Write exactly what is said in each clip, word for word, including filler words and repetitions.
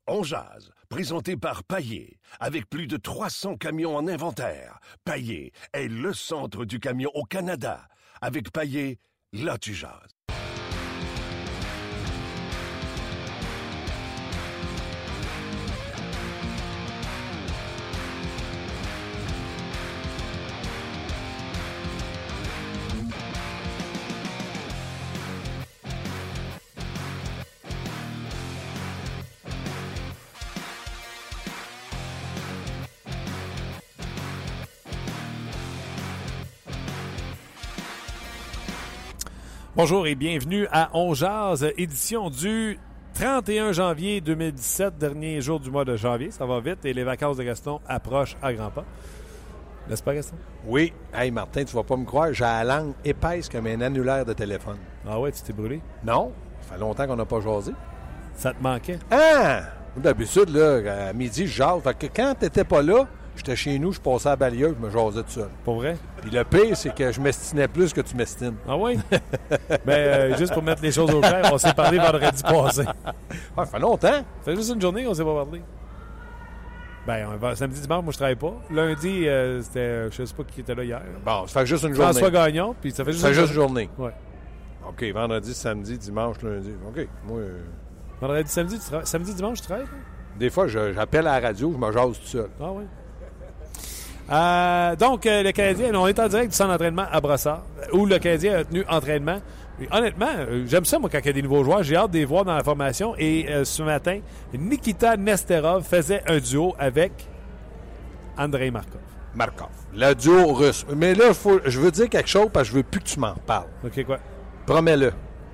On jase, présenté par Paillé, avec plus de trois cents camions en inventaire. Paillé est le centre du camion au Canada. Avec Paillé, là tu jases. Bonjour et bienvenue à On Jase, édition du trente et un janvier deux mille dix-sept, dernier jour du mois de janvier. Ça va vite et les vacances de Gaston approchent à grands pas. N'est-ce pas, Gaston? Oui. Hey, Martin, tu vas pas me croire, j'ai la langue épaisse comme un annulaire de téléphone. Ah ouais, tu t'es brûlé? Non, ça fait longtemps qu'on n'a pas jasé. Ça te manquait? Ah! D'habitude, là, à midi, je jase. Fait que quand t'étais pas là, j'étais chez nous, je passais à la balayeuse, je me jasais tout seul. Pour vrai? Puis le pire, c'est que je m'estinais plus que tu m'estines. Ah oui? Ben, euh, juste pour mettre les choses au clair, on s'est parlé vendredi passé. Ah, ça fait longtemps. Ça fait juste une journée qu'on s'est pas parlé. Ben, on va, samedi, dimanche, moi, je travaille pas. Lundi, euh, c'était, je sais pas qui était là hier. Bon, ça fait juste une journée. François Gagnon, puis ça fait juste ça une fait juste journée. une journée. Ouais. OK, vendredi, samedi, dimanche, lundi. OK, moi... Euh... Vendredi, samedi, tu tra... samedi, dimanche, tu travailles? Hein? Des fois, je, j'appelle à la radio, je me jase tout seul. Ah oui. Euh, donc, euh, le Canadien, on est en direct du centre d'entraînement à Brossard, où le Canadien a tenu entraînement. Et honnêtement, euh, j'aime ça, moi, quand il y a des nouveaux joueurs. J'ai hâte de les voir dans la formation. Et euh, ce matin, Nikita Nesterov faisait un duo avec Andrei Markov. Markov. Le duo russe. Mais là, faut, je veux dire quelque chose parce que je veux plus que tu m'en parles. OK, quoi? Promets-le.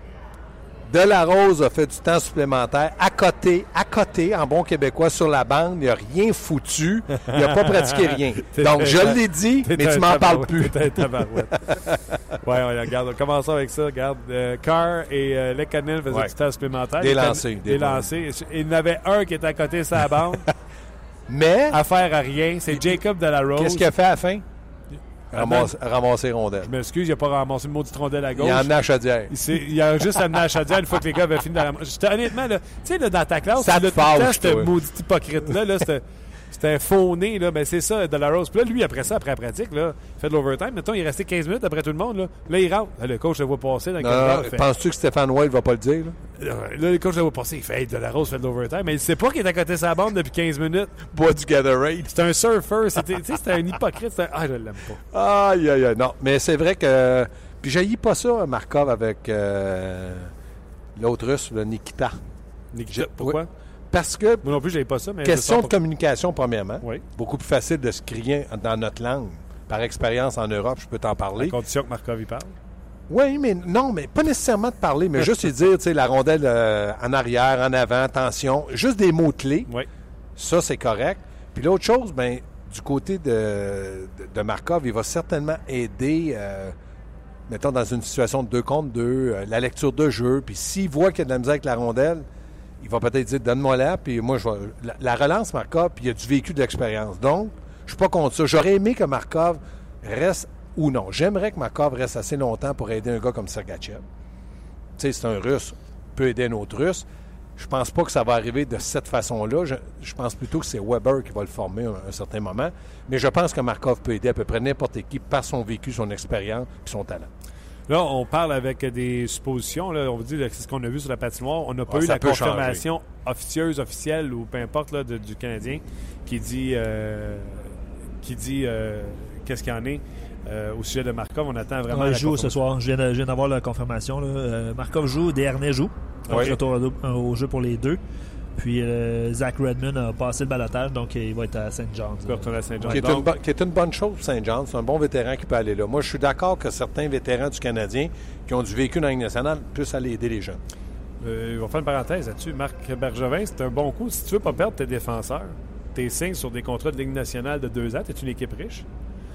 Delarose a fait du temps supplémentaire à côté, à côté, en bon québécois, sur la bande. Il n'a rien foutu. Il n'a pas pratiqué rien. Donc, je l'ai dit, mais tu m'en parles plus. T'es un tabarouette. Oui, ouais, regarde, commençons avec ça. Regarde, euh, Carr et euh, Lekanen faisaient ouais. du temps supplémentaire. Des lancers. Des lancers. Il y en avait un qui était à côté de sa bande. Mais... Affaire à rien. C'est Jacob Delarose. Qu'est-ce qu'il a fait à la fin? Ramasser, ramasser rondelle. Je m'excuse, il n'a pas ramassé une maudite rondelle à gauche. Il en a à Chaudière. Il, il a juste amené à Chaudière une fois que les gars avaient fini de la ramasser. Honnêtement, tu sais, dans ta classe, ça te fâche, ce maudit hypocrite-là, là, c'était, c'était un faux nez, là, ben c'est ça, Delarose. Puis là, lui, après ça, après la pratique, là, il fait de l'overtime. Mettons, il est resté quinze minutes après tout le monde. Là, là il rentre. Là, le coach le voit passer dans le corridor. Fait... Penses-tu que Stéphane White ne va pas le dire? Là, là le coach le voit passer. Il fait hey, Delarose fait de l'overtime. Mais il ne sait pas qu'il est à côté de sa bande depuis quinze minutes. Bois du Gatorade. C'est un surfer. C'était, c'était un hypocrite. C'était... Ah, je l'aime pas. Aïe, aïe, aïe. Non, mais c'est vrai que... Puis j'haïs pas ça, Markov, avec euh... l'autre russe, le Nikita. Nikita, pourquoi? Oui. Parce que... Moi non plus, j'avais pas ça. Mais question de pas... communication, premièrement. Oui. Beaucoup plus facile de se crier dans notre langue. Par expérience en Europe, je peux t'en parler. À condition que Markov y parle. Oui, mais non, mais pas nécessairement de parler, mais juste lui dire, tu sais, la rondelle euh, en arrière, en avant, attention, juste des mots-clés. Oui. Ça, c'est correct. Puis l'autre chose, bien, du côté de, de, de Markov, il va certainement aider, euh, mettons, dans une situation de deux contre deux, euh, la lecture de jeu. Puis s'il voit qu'il y a de la misère avec la rondelle, il va peut-être dire, donne-moi là, puis moi, je vais... La, la relance, Markov, puis il y a du vécu d'expérience. Donc, je suis pas contre ça. J'aurais aimé que Markov reste, ou non, j'aimerais que Markov reste assez longtemps pour aider un gars comme Sergachev. Tu sais, c'est un Russe, peut aider un autre Russe. Je pense pas que ça va arriver de cette façon-là. Je, je pense plutôt que c'est Weber qui va le former à un, un certain moment. Mais je pense que Markov peut aider à peu près n'importe qui par son vécu, son expérience et son talent. Là, on parle avec des suppositions. Là, on vous dit, c'est ce qu'on a vu sur la patinoire. On n'a pas ah, eu la confirmation changer. officieuse, officielle ou peu importe là, de, du Canadien qui dit, euh, qui dit euh, qu'est-ce qu'il y en est euh, au sujet de Markov. On attend vraiment. Ouais, il joue ce soir. Je viens, de, je viens d'avoir la confirmation. Là. Euh, Markov joue, Desharnais joue. Donc, oui. retour au, au jeu pour les deux. Puis euh, Zach Redmond a passé le balotage, donc il va être à Saint John's. Il va retourner à Saint John's. Qui est, donc... une, bo- qui est une bonne chose pour Saint John's. C'est un bon vétéran qui peut aller là. Moi, je suis d'accord que certains vétérans du Canadien qui ont du vécu dans la Ligue nationale puissent aller aider les jeunes. Euh, on va faire une parenthèse là-dessus. Marc Bergevin, c'est un bon coup. Si tu veux pas perdre tes défenseurs, tes signes sur des contrats de Ligue nationale de deux ans, tu es une équipe riche.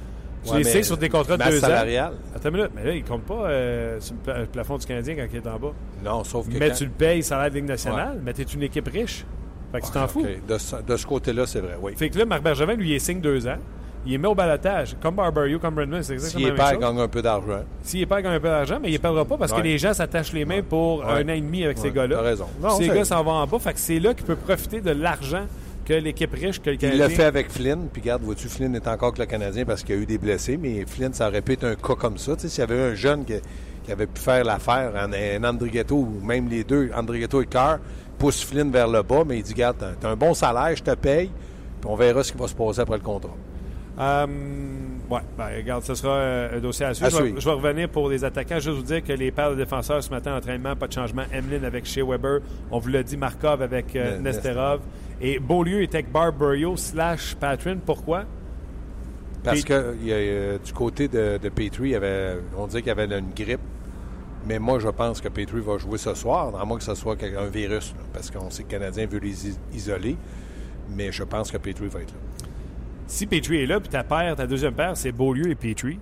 Tu ouais, les signes sur des contrats de deux salariale. ans. Attends une minute, mais là, il ne compte pas euh, sur le plafond du Canadien quand il est en bas. Non, sauf que. Mais quand... tu le payes salaire de Ligue nationale, ouais. mais tu es une équipe riche. Fait que tu t'en okay. fous. De ce, de ce côté-là, c'est vrai, oui. Fait que là, Marc Bergevin, lui, il signe deux ans. il est mis au balotage. Comme Barberio, comme Brennan, c'est exactement S'il la même perd, chose. il gagne un peu d'argent. S'il perd, il gagne un peu d'argent, mais il ne perdra pas parce Ouais. que les gens s'attachent les mains pour Ouais. un an et demi avec Ouais, ces gars-là. t'as raison. Non, Ces c'est- gars s'en vont en bas. Fait que c'est là qu'il peut profiter de l'argent que l'équipe riche, que le Il Canadien... l'a fait avec Flynn, puis regarde, vois-tu, Flynn est encore que le Canadien parce qu'il y a eu des blessés, mais Flynn, ça aurait pu être un cas comme ça. Tu sais, s'il y avait eu un jeune qui, qui avait pu faire l'affaire, un, un Andrighetto, ou même les deux, Andrighetto et Carr, pousse Flynn vers le bas, mais il dit, regarde, t'as, t'as un bon salaire, je te paye, puis on verra ce qui va se passer après le contrat. Euh, ouais, ben, regarde, ce sera euh, un dossier à suivre. À Je, vais, suivre. je vais revenir pour les attaquants. Juste vous dire que les paires de défenseurs ce matin, entraînement, pas de changement. Emeline avec Shea Weber. On vous l'a dit, Markov avec euh, Ne- Nesterov. Et Beaulieu était avec Barberio slash Patrin. Pourquoi? Parce Puis- que il y a, euh, du côté de, de Petrie, il y avait, on dit qu'il y avait une grippe, mais moi, je pense que Petrie va jouer ce soir, à moins que ce soit un virus, là, parce qu'on sait que le Canadien veut les is- isoler, mais je pense que Petrie va être là. Si Petrie est là, puis ta paire, ta deuxième paire, c'est Beaulieu et Petrie,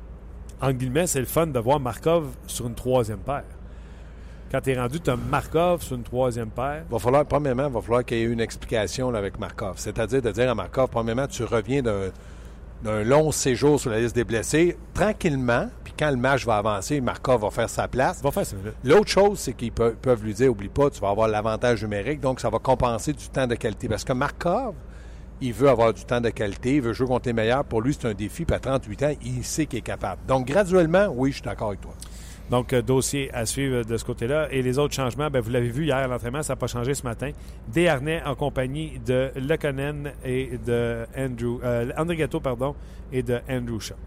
en guillemets, c'est le fun de voir Markov sur une troisième paire. Quand tu es rendu, tu as Markov sur une troisième paire. Va falloir, premièrement, il va falloir qu'il y ait une explication là, avec Markov. C'est-à-dire de dire à Markov, premièrement, tu reviens d'un, d'un long séjour sur la liste des blessés, tranquillement, puis quand le match va avancer, Markov va faire sa place. Va faire cinq minutes. L'autre chose, c'est qu'ils peuvent, peuvent lui dire, oublie pas, tu vas avoir l'avantage numérique, donc ça va compenser du temps de qualité. Parce que Markov, il veut avoir du temps de qualité, il veut jouer contre les meilleurs. Pour lui, c'est un défi, puis à trente-huit ans, il sait qu'il est capable. Donc, graduellement, oui, je suis d'accord avec toi. Donc, euh, dossier à suivre de ce côté-là. Et les autres changements, ben, vous l'avez vu hier à l'entraînement, ça n'a pas changé ce matin. Desharnais en compagnie de Lekonen et de Andrew... Euh, Andrighetto, pardon, et de Andrew Shaw.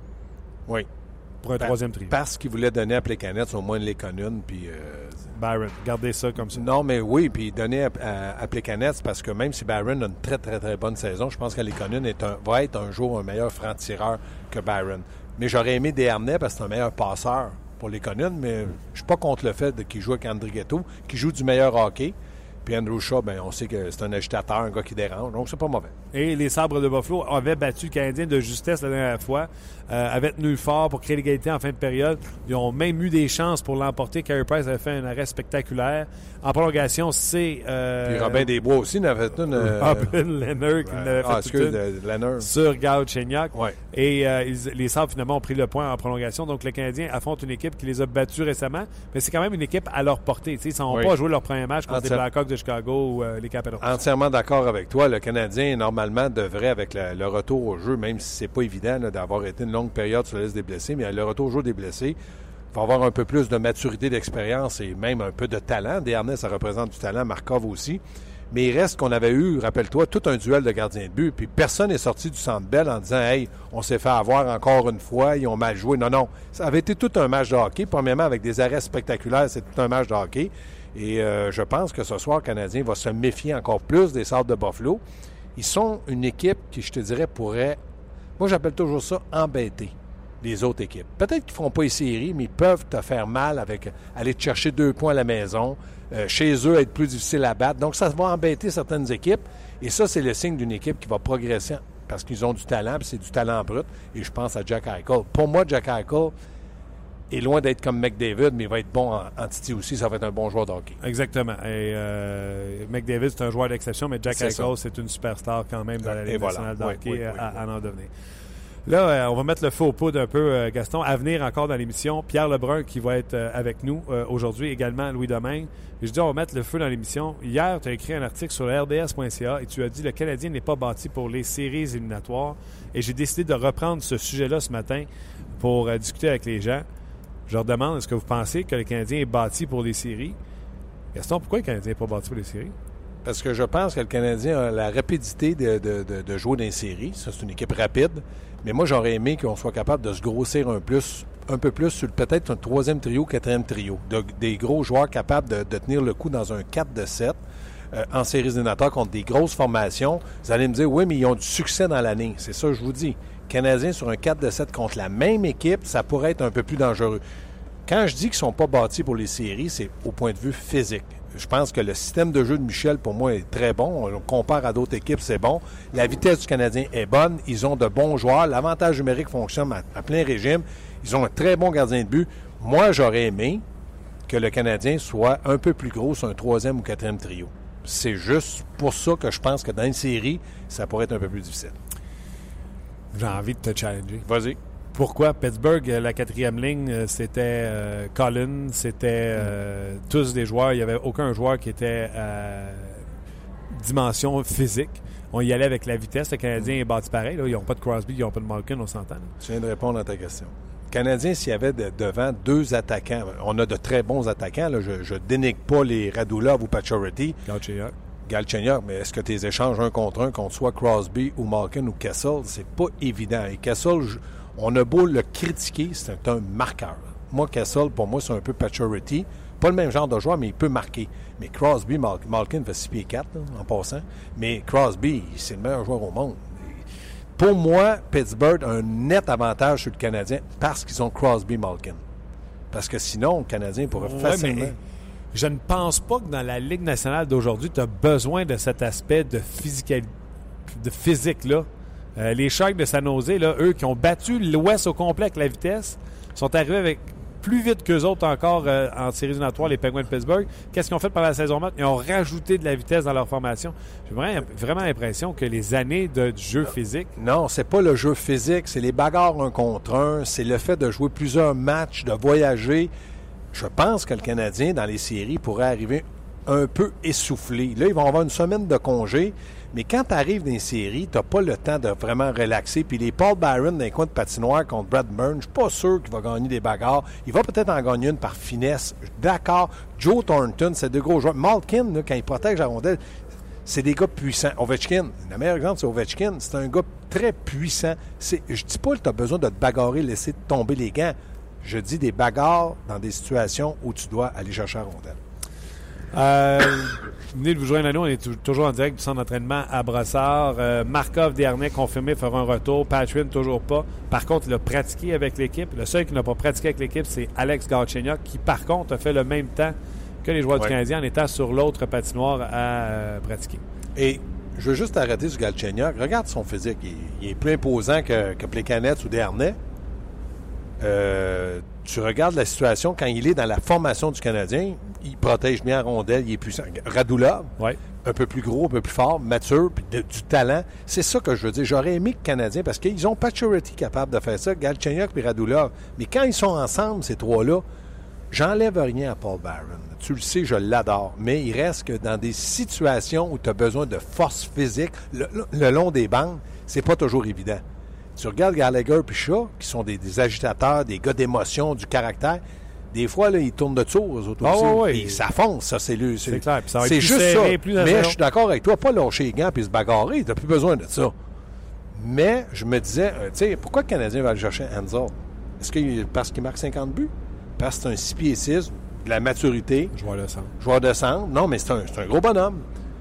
Oui. Pour un Pa- troisième trio. Parce qu'il voulait donner à Plekanec au moins une Lekonen, puis... Euh, Byron, gardez ça comme ça. non, mais oui, puis donner à, à, à Plekanec, parce que même si Byron a une très, très, très bonne saison, je pense que Lekonen est un, va être un jour un meilleur franc-tireur que Byron. Mais j'aurais aimé Desharnais parce que c'est un meilleur passeur pour Lekonen, mais je suis pas contre le fait de, qu'il joue avec Andrighetto, qu'il joue du meilleur hockey. Puis Andrew Shaw, ben, on sait que c'est un agitateur, un gars qui dérange, donc c'est pas mauvais. Et les Sabres de Buffalo avaient battu le Canadien de justesse la dernière fois, euh, avaient tenu fort pour créer l'égalité en fin de période. Ils ont même eu des chances pour l'emporter. Carey Price avait fait un arrêt spectaculaire. En prolongation, c'est... Euh, Puis Robin Desbois aussi en avait une... euh, Robin Leonard qui en avait fait ah, toute excuse, une euh, Leonard. sur Galchenyuk. Ouais. Et euh, ils- les Sabres, finalement, ont pris le point en prolongation. Donc, le Canadien affronte une équipe qui les a battus récemment. Mais c'est quand même une équipe à leur portée. T'sais, ils ne sont Oui. pas joué leur premier match contre Entière- les Blackhawks de Chicago ou euh, les Capitals. Entièrement d'accord avec toi. Le Canadien, normalement, devrait, avec la- le retour au jeu, même si c'est pas évident là, d'avoir été une longue période sur la liste des blessés, mais le retour au jeu des blessés, il va avoir un peu plus de maturité, d'expérience et même un peu de talent. Desharnais, ça représente du talent. Markov aussi. Mais il reste qu'on avait eu, rappelle-toi, tout un duel de gardiens de but. Puis personne n'est sorti du Centre Bell en disant « Hey, on s'est fait avoir encore une fois, ils ont mal joué. » Non, non. Ça avait été tout un match de hockey. Premièrement, avec des arrêts spectaculaires, c'est tout un match de hockey. Et euh, je pense que ce soir, le Canadien va se méfier encore plus des Sabres de Buffalo. Ils sont une équipe qui, je te dirais, pourrait... Moi, j'appelle toujours ça « embêter » les autres équipes. Peut-être qu'ils ne feront pas les séries, mais ils peuvent te faire mal avec aller te chercher deux points à la maison, euh, chez eux, être plus difficile à battre. Donc, ça va embêter certaines équipes. Et ça, c'est le signe d'une équipe qui va progresser parce qu'ils ont du talent, puis c'est du talent brut. Et je pense à Jack Eichel. Pour moi, Jack Eichel est loin d'être comme McDavid, mais il va être bon en, en Titi aussi. Ça va être un bon joueur de hockey. Exactement. Et euh, McDavid, c'est un joueur d'exception, mais Jack C'est Eichel, ça. c'est une superstar quand même dans la Et Ligue voilà. nationale de Oui, hockey oui, oui, à, oui. à en devenir. Là, euh, on va mettre le feu au poudre un peu, euh, Gaston. À venir encore dans l'émission, Pierre Lebrun qui va être euh, avec nous euh, aujourd'hui, également Louis Domingue. Et je dis, on va mettre le feu dans l'émission. Hier, tu as écrit un article sur le R D S point C A et tu as dit le Canadien n'est pas bâti pour les séries éliminatoires. Et j'ai décidé de reprendre ce sujet-là ce matin pour euh, discuter avec les gens. Je leur demande, est-ce que vous pensez que le Canadien est bâti pour les séries? Gaston, pourquoi le Canadien n'est pas bâti pour les séries? Parce que je pense que le Canadien a la rapidité de, de, de, de jouer dans les séries. Ça, c'est une équipe rapide. Mais moi, j'aurais aimé qu'on soit capable de se grossir un, plus, un peu plus sur peut-être un troisième trio, quatrième trio. De, des gros joueurs capables de, de tenir le coup dans un quatre de sept euh, en séries éliminatoires contre des grosses formations. Vous allez me dire, oui, mais ils ont du succès dans l'année. C'est ça que je vous dis. Canadiens sur un quatre de sept contre la même équipe, ça pourrait être un peu plus dangereux. Quand je dis qu'ils ne sont pas bâtis pour les séries, c'est au point de vue physique. Je pense que le système de jeu de Michel, pour moi, est très bon. On compare à d'autres équipes, c'est bon. La vitesse du Canadien est bonne. Ils ont de bons joueurs. L'avantage numérique fonctionne à, à plein régime. Ils ont un très bon gardien de but. Moi, j'aurais aimé que le Canadien soit un peu plus gros sur un troisième ou quatrième trio. C'est juste pour ça que je pense que dans une série, ça pourrait être un peu plus difficile. J'ai envie de te challenger. Vas-y. Pourquoi? Pittsburgh, la quatrième ligne, c'était euh, Collins, c'était euh, tous des joueurs. Il n'y avait aucun joueur qui était à dimension physique. On y allait avec la vitesse. Le Canadien est bâti pareil. Là. Ils n'ont pas de Crosby, ils n'ont pas de Malkin, on s'entend. Là. Tu viens de répondre à ta question. Le Canadien, s'il y avait de, devant deux attaquants, on a de très bons attaquants. Là, je ne dénigre pas les Radulov ou Pacioretty. Galchenyuk. Galchenyuk, mais est-ce que tu les échanges un contre un contre soit Crosby ou Malkin ou Kessel? C'est pas évident. Et Kessel, je, on a beau le critiquer, c'est un marqueur. Moi, Kessel, pour moi, c'est un peu Pacioretty. Pas le même genre de joueur, mais il peut marquer. Mais Crosby, Mal- Malkin fait six pieds quatre, là, en passant. Mais Crosby, c'est le meilleur joueur au monde. Pour moi, Pittsburgh a un net avantage sur le Canadien parce qu'ils ont Crosby, Malkin. Parce que sinon, le Canadien pourrait Ouais, facilement... mais je ne pense pas que dans la Ligue nationale d'aujourd'hui, tu as besoin de cet aspect de, physical... de physique-là. Euh, les Sharks de San Jose, là, eux qui ont battu l'Ouest au complet avec la vitesse, sont arrivés avec plus vite qu'eux autres encore euh, en séries éliminatoires, les Penguins de Pittsburgh. Qu'est-ce qu'ils ont fait pendant la saison morte? Ils ont rajouté de la vitesse dans leur formation. J'ai vraiment, vraiment l'impression que les années de, du jeu physique... Non, c'est pas le jeu physique, c'est les bagarres un contre un, c'est le fait de jouer plusieurs matchs, de voyager. Je pense que le Canadien, dans les séries, pourrait arriver un peu essoufflé. Là, ils vont avoir une semaine de congé, mais quand tu arrives dans les séries, tu n'as pas le temps de vraiment relaxer. Puis les Paul Byron dans les coins de patinoire contre Brad Burns, je suis pas sûr qu'il va gagner des bagarres. Il va peut-être en gagner une par finesse. D'accord. Joe Thornton, c'est deux gros joueurs. Malkin, là, quand il protège la rondelle, c'est des gars puissants. Ovechkin, le meilleur exemple, c'est Ovechkin. C'est un gars très puissant. C'est, je dis pas que tu as besoin de te bagarrer, laisser tomber les gants. Je dis des bagarres dans des situations où tu dois aller chercher la rondelle. Euh, venez de vous joindre à nous. On est t- toujours en direct du centre d'entraînement à Brossard. Euh, Markov, Dernay, confirmé, fera un retour. Patrin, toujours pas. Par contre, il a pratiqué avec l'équipe. Le seul qui n'a pas pratiqué avec l'équipe, c'est Alex Galchenyuk, qui, par contre, a fait le même temps que les joueurs ouais. du Canadien en étant sur l'autre patinoire à euh, pratiquer. Et je veux juste arrêter sur Galchenyuk. Regarde son physique. Il, il est plus imposant que, que Plekanec ou Dernay. Euh, tu regardes la situation quand il est dans la formation du Canadien, il protège bien la rondelle, il est puissant. Radulov, ouais. un peu plus gros, un peu plus fort, mature, puis de, du talent. C'est ça que je veux dire. J'aurais aimé que le Canadien, parce qu'ils ont Pacioretty capable de faire ça, Galchenyuk et Radulov. Mais quand ils sont ensemble, ces trois-là, j'enlève rien à Paul Byron. Tu le sais, je l'adore. Mais il reste que dans des situations où tu as besoin de force physique, le, le long des bandes, c'est pas toujours évident. Tu regardes Gallagher et Shaw, qui sont des, des agitateurs, des gars d'émotion, du caractère. Des fois, là, ils tournent de tour, eux autres aussi. Oh, oui. Et ça fonce, ça, c'est le. C'est, c'est clair. Puis ça va c'est être plus juste serré, ça. plus Mais je suis d'accord avec toi, pas lâcher les gants et se bagarrer. T'as plus besoin de ça. Mais je me disais, euh, tu sais, pourquoi le Canadien va aller chercher Hanzal? Est-ce que parce qu'il marque cinquante buts? Parce que c'est un six pieds six, de la maturité. Joueur de centre. Joueur de centre. Non, mais c'est un, c'est un gros bonhomme.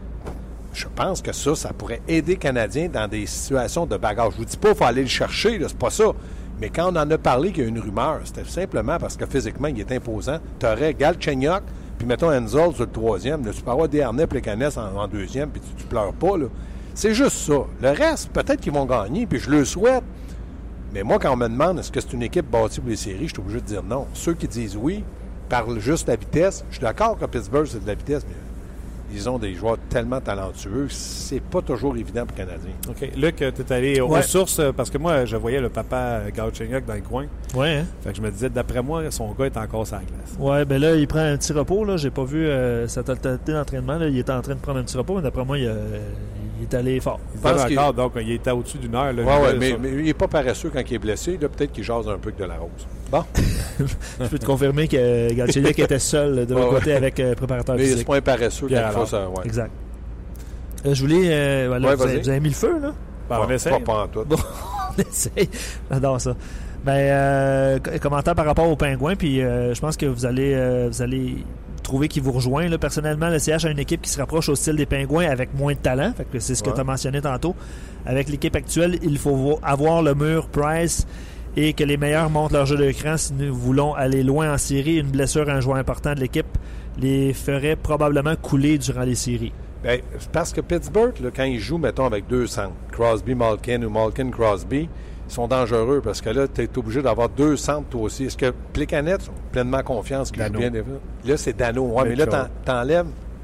Je pense que ça, ça pourrait aider les Canadiens dans des situations de bagarre. Je vous dis pas qu'il faut aller le chercher, là, c'est pas ça. Mais quand on en a parlé qu'il y a une rumeur, c'était simplement parce que physiquement, il est imposant. Tu aurais Galchenyuk, puis mettons Hanzal sur le troisième. Là, tu peux avoir Dernay et Plekanec en, en deuxième, puis tu, tu pleures pas. Là. C'est juste ça. Le reste, peut-être qu'ils vont gagner, puis je le souhaite. Mais moi, quand on me demande est-ce que c'est une équipe bâtie pour les séries, je suis obligé de dire non. Ceux qui disent oui parlent juste de la vitesse. Je suis d'accord que Pittsburgh, c'est de la vitesse, mais ils ont des joueurs tellement talentueux, c'est pas toujours évident pour les Canadiens. OK. Luc, tu es allé aux ouais. sources, parce que moi, je voyais le papa Galchenyuk dans le coin. Ouais, hein? Fait que je me disais, d'après moi, son gars est encore sur la glace. Ouais, ben là, il prend un petit repos. Là. J'ai pas vu euh, sa totalité d'entraînement. Là. Il était en train de prendre un petit repos, mais d'après moi, il, a, il est allé fort. Il pense était encore, donc il était au-dessus d'une heure. Là, ouais, ouais, là, mais, sur... mais il n'est pas paresseux quand il est blessé. Là, peut-être qu'il jase un peu que de la rose. Bon. Je peux te confirmer que Galchenyuk était seul de l'autre ouais, côté ouais. avec euh, préparateur Mais physique. c'est pas un paresseux Pierre quand il faut ça. Ouais. Exact. Euh, je voulais... Euh, voilà, ouais, vous, avez, vous avez mis le feu, là? Ben, on pas, essaie. pas, pas en tout. Bon, on essaye. J'adore ça. Ben, euh, commentaire par rapport aux Pingouins, puis euh, je pense que vous allez, euh, vous allez trouver qu'il vous rejoint. Là. Personnellement, le C H a une équipe qui se rapproche au style des Pingouins avec moins de talent. Fait que c'est ce que ouais. tu as mentionné tantôt. Avec l'équipe actuelle, il faut avoir le mur Price et que les meilleurs montent leur jeu d'écran si nous voulons aller loin en série. Une blessure à un joueur important de l'équipe les ferait probablement couler durant les séries. Bien, parce que Pittsburgh, là, quand ils jouent, mettons, avec deux centres, Crosby-Malkin ou Malkin-Crosby, ils sont dangereux parce que là, tu es obligé d'avoir deux centres toi aussi. Est-ce que Plekanec, pleinement confiance qu'il joue bien? Là, c'est Dano. Ouais, mais là, t'en, t'enlèves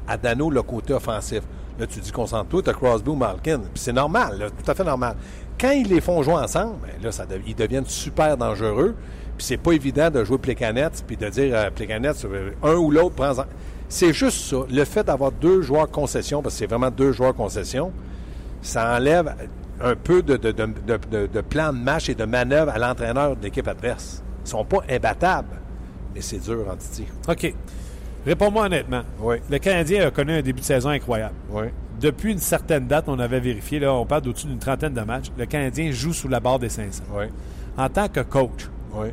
à Dano le côté offensif. Là, tu dis concentre-toi, tu as Crosby ou Malkin. Puis c'est normal, là, tout à fait normal. Quand ils les font jouer ensemble, bien, là, ça de, ils deviennent super dangereux. Puis c'est pas évident de jouer Plekanec puis de dire à Plekanec, un ou l'autre, prends-en. C'est juste ça. Le fait d'avoir deux joueurs concession, parce que c'est vraiment deux joueurs concession, ça enlève un peu de, de, de, de, de, de plan de match et de manœuvre à l'entraîneur de l'équipe adverse. Ils sont pas imbattables, mais c'est dur en Titi. OK. Réponds-moi honnêtement. Oui. Le Canadien a connu un début de saison incroyable. Oui. Depuis une certaine date, on avait vérifié, là, on parle d'au-dessus d'une trentaine de matchs, le Canadien joue sous la barre des cinq cents. Oui. En tant que coach, Oui.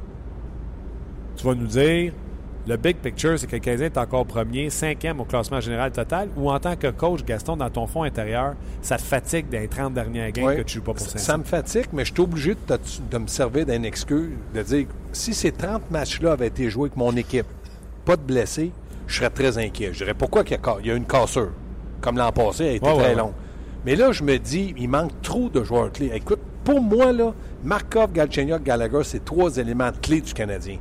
tu vas nous dire, le big picture, c'est que le Canadien est encore premier, cinquième au classement général total, ou en tant que coach, Gaston, dans ton fond intérieur, ça te fatigue dans les trente dernières games Oui. que tu joues pas pour cinq cents? Ça me fatigue, mais je suis obligé de, te, de me servir d'une excuse, de dire, si ces trente matchs-là avaient été joués avec mon équipe, pas de blessés, je serais très inquiet. Je dirais, pourquoi qu'il y a, il y a une cassure? Comme l'an passé, elle a été ouais, très ouais, long. Ouais. Mais là, je me dis, il manque trop de joueurs clés. Écoute, pour moi, là, Markov, Galchenyuk, Gallagher, c'est trois éléments clés du Canadien.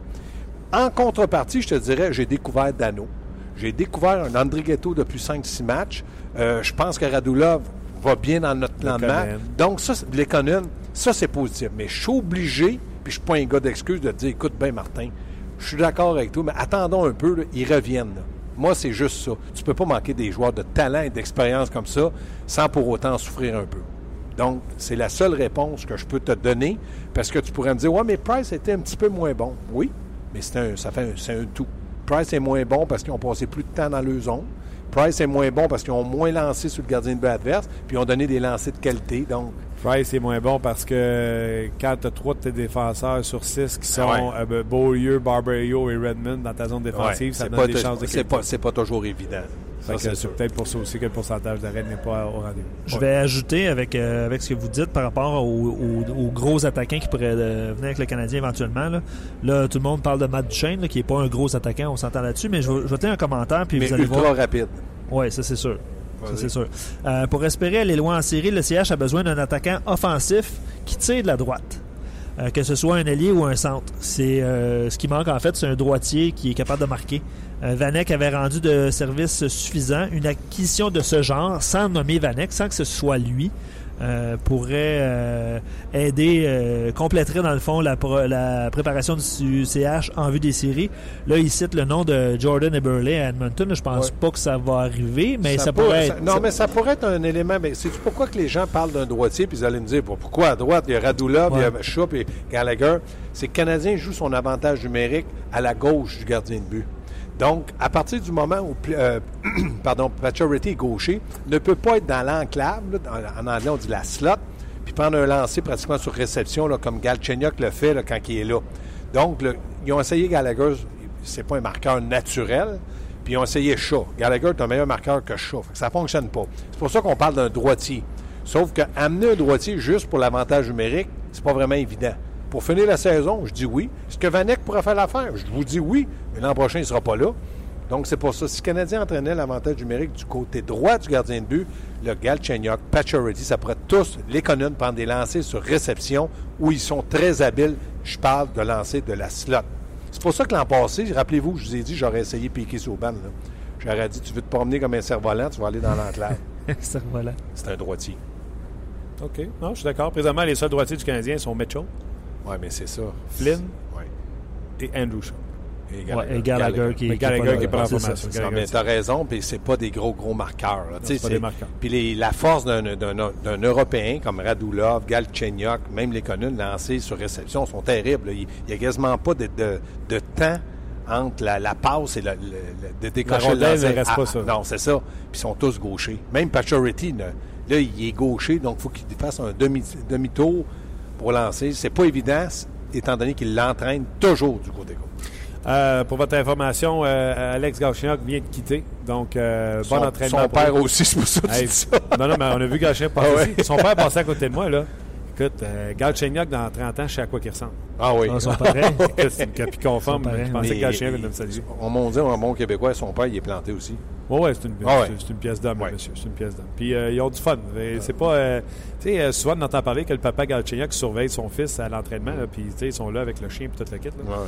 En contrepartie, je te dirais, j'ai découvert Dano. J'ai découvert un Andrighetto depuis cinq six matchs. Euh, je pense que Radulov va bien dans notre plan de match. Donc, ça, Lekonen, ça, c'est positif. Mais je suis obligé, puis je ne suis pas un gars d'excuse, de te dire, écoute bien, Martin, je suis d'accord avec toi, mais attendons un peu, là, ils reviennent. Là. Moi, c'est juste ça. Tu ne peux pas manquer des joueurs de talent et d'expérience comme ça sans pour autant souffrir un peu. Donc, c'est la seule réponse que je peux te donner, parce que tu pourrais me dire, ouais, mais Price était un petit peu moins bon. Oui, mais c'est un, ça fait un, c'est un tout. Price est moins bon parce qu'ils ont passé plus de temps dans leur zone. Price est moins bon parce qu'ils ont moins lancé sur le gardien de but adverse, puis ils ont donné des lancers de qualité. Donc, Price est moins bon parce que quand tu as trois de tes défenseurs sur six qui sont ouais. euh, Beaulieu, Barberio et Redmond dans ta zone défensive, ouais, ça c'est donne pas des t- chances de c'est pas, c'est pas toujours évident. Ça, c'est, c'est peut-être pour ça aussi que le pourcentage d'arrêt n'est pas au rendez-vous. Je vais ajouter avec, euh, avec ce que vous dites par rapport aux, aux, aux gros attaquants qui pourraient euh, venir avec le Canadien éventuellement. Là, là tout le monde parle de Matt Duchene, là, qui n'est pas un gros attaquant, on s'entend là-dessus, mais je vais jeter un commentaire puis mais vous allez ultra voir. rapide. Oui, ça c'est sûr. Ça, Vas-y. c'est sûr. Euh, pour espérer aller loin en série, le C H a besoin d'un attaquant offensif qui tire de la droite. Euh, que ce soit un ailier ou un centre. C'est euh, ce qui manque en fait, c'est un droitier qui est capable de marquer. Euh, Vanek avait rendu de service suffisant. Une acquisition de ce genre, sans nommer Vanek, sans que ce soit lui, euh, pourrait euh, aider, euh, compléterait dans le fond la, pro- la préparation du C H en vue des séries. Là, il cite le nom de Jordan Eberle à Edmonton. Je pense ouais. pas que ça va arriver, mais ça, ça pourrait pourrait, être... ça, non, ça... mais ça pourrait être un élément. Ben, sais-tu pourquoi que les gens parlent d'un droitier puis ils allaient me dire pourquoi à droite, il y a Radulov, ouais. il y a Schupp et Gallagher. C'est que le Canadien joue son avantage numérique à la gauche du gardien de but. Donc, à partir du moment où euh, pardon, Pacioretty est gaucher, ne peut pas être dans l'enclave, là, en anglais on dit la slot, puis prendre un lancer pratiquement sur réception, là, comme Galchenyuk le fait là, quand il est là. Donc, là, ils ont essayé Gallagher, c'est pas un marqueur naturel, puis ils ont essayé Shaw. Gallagher est un meilleur marqueur que Shaw. Ça ne fonctionne pas. C'est pour ça qu'on parle d'un droitier. Sauf qu'amener un droitier juste pour l'avantage numérique, c'est pas vraiment évident. Pour finir la saison, je dis oui. Est-ce que Vanek pourrait faire l'affaire? Je vous dis oui, mais l'an prochain, il ne sera pas là. Donc, c'est pour ça. Si le Canadien entraînait l'avantage numérique du côté droit du gardien de but, le Galchenyuk, Pacioretty, ça pourrait tous, les Lekonen, prendre des lancers sur réception où ils sont très habiles. Je parle de lancer de la slot. C'est pour ça que l'an passé, rappelez-vous, je vous ai dit, j'aurais essayé Piqué Souban. J'aurais dit, tu veux te promener comme un cerf-volant, tu vas aller dans l'enclave. cerf-volant. C'est un droitier. OK. Non, je suis d'accord. Présentement, les seuls droitiers du Canadien sont Mitchell. Oui, mais c'est ça. Flynn ouais. et Andrew Shaw. Et Gallagher, ouais, et Gallagher, Gallagher qui, qui, Gallagher qui est pas en formation. Mais tu as raison, puis c'est pas des gros, gros marqueurs. Là. Non, c'est pas c'est, des marqueurs. Puis les, la force d'un, d'un, d'un Européen comme Radulov, Galchenyuk, même les Lekonen lancés sur réception sont terribles. Là. Il n'y a quasiment pas de, de, de temps entre la, la passe et le, le, le de décocher le lancer. Ne reste ah, pas ça. Non, c'est ça. Puis ils sont tous gauchers. Même Pacioretty, là, il est gaucher, donc il faut qu'il fasse un demi, demi-tour pour lancer. C'est pas évident, étant donné qu'il l'entraîne toujours du côté gauche. Euh, pour votre information, euh, Alex Galchenyuk vient de quitter. Donc, euh, son, bon entraînement. Son pour père lui. aussi, c'est pour ça que tu hey, dis ça. Non, non, mais on a vu Galchenyuk passer ah ouais. ici. Son père passait à côté de moi, là. Écoute, euh, Galchenyuk, dans trente ans, je sais à quoi qu'il ressemble. Ah oui. Ah, son pareil. C'est une copie conforme. Je pensais que Galchenyuk venait de me saluer. On m'a dit, un bon Québécois, son père, il est planté aussi. Oui, ouais, c'est une, ah ouais. c'est, c'est une pièce d'homme, ouais. monsieur. C'est une pièce d'homme. Puis euh, ils ont du fun. Et c'est pas. Euh, tu sais, euh, souvent on entend parler que le papa Galchenyuk surveille son fils à l'entraînement, là, puis tu sais, ils sont là avec le chien et tout le kit. Là. Ouais.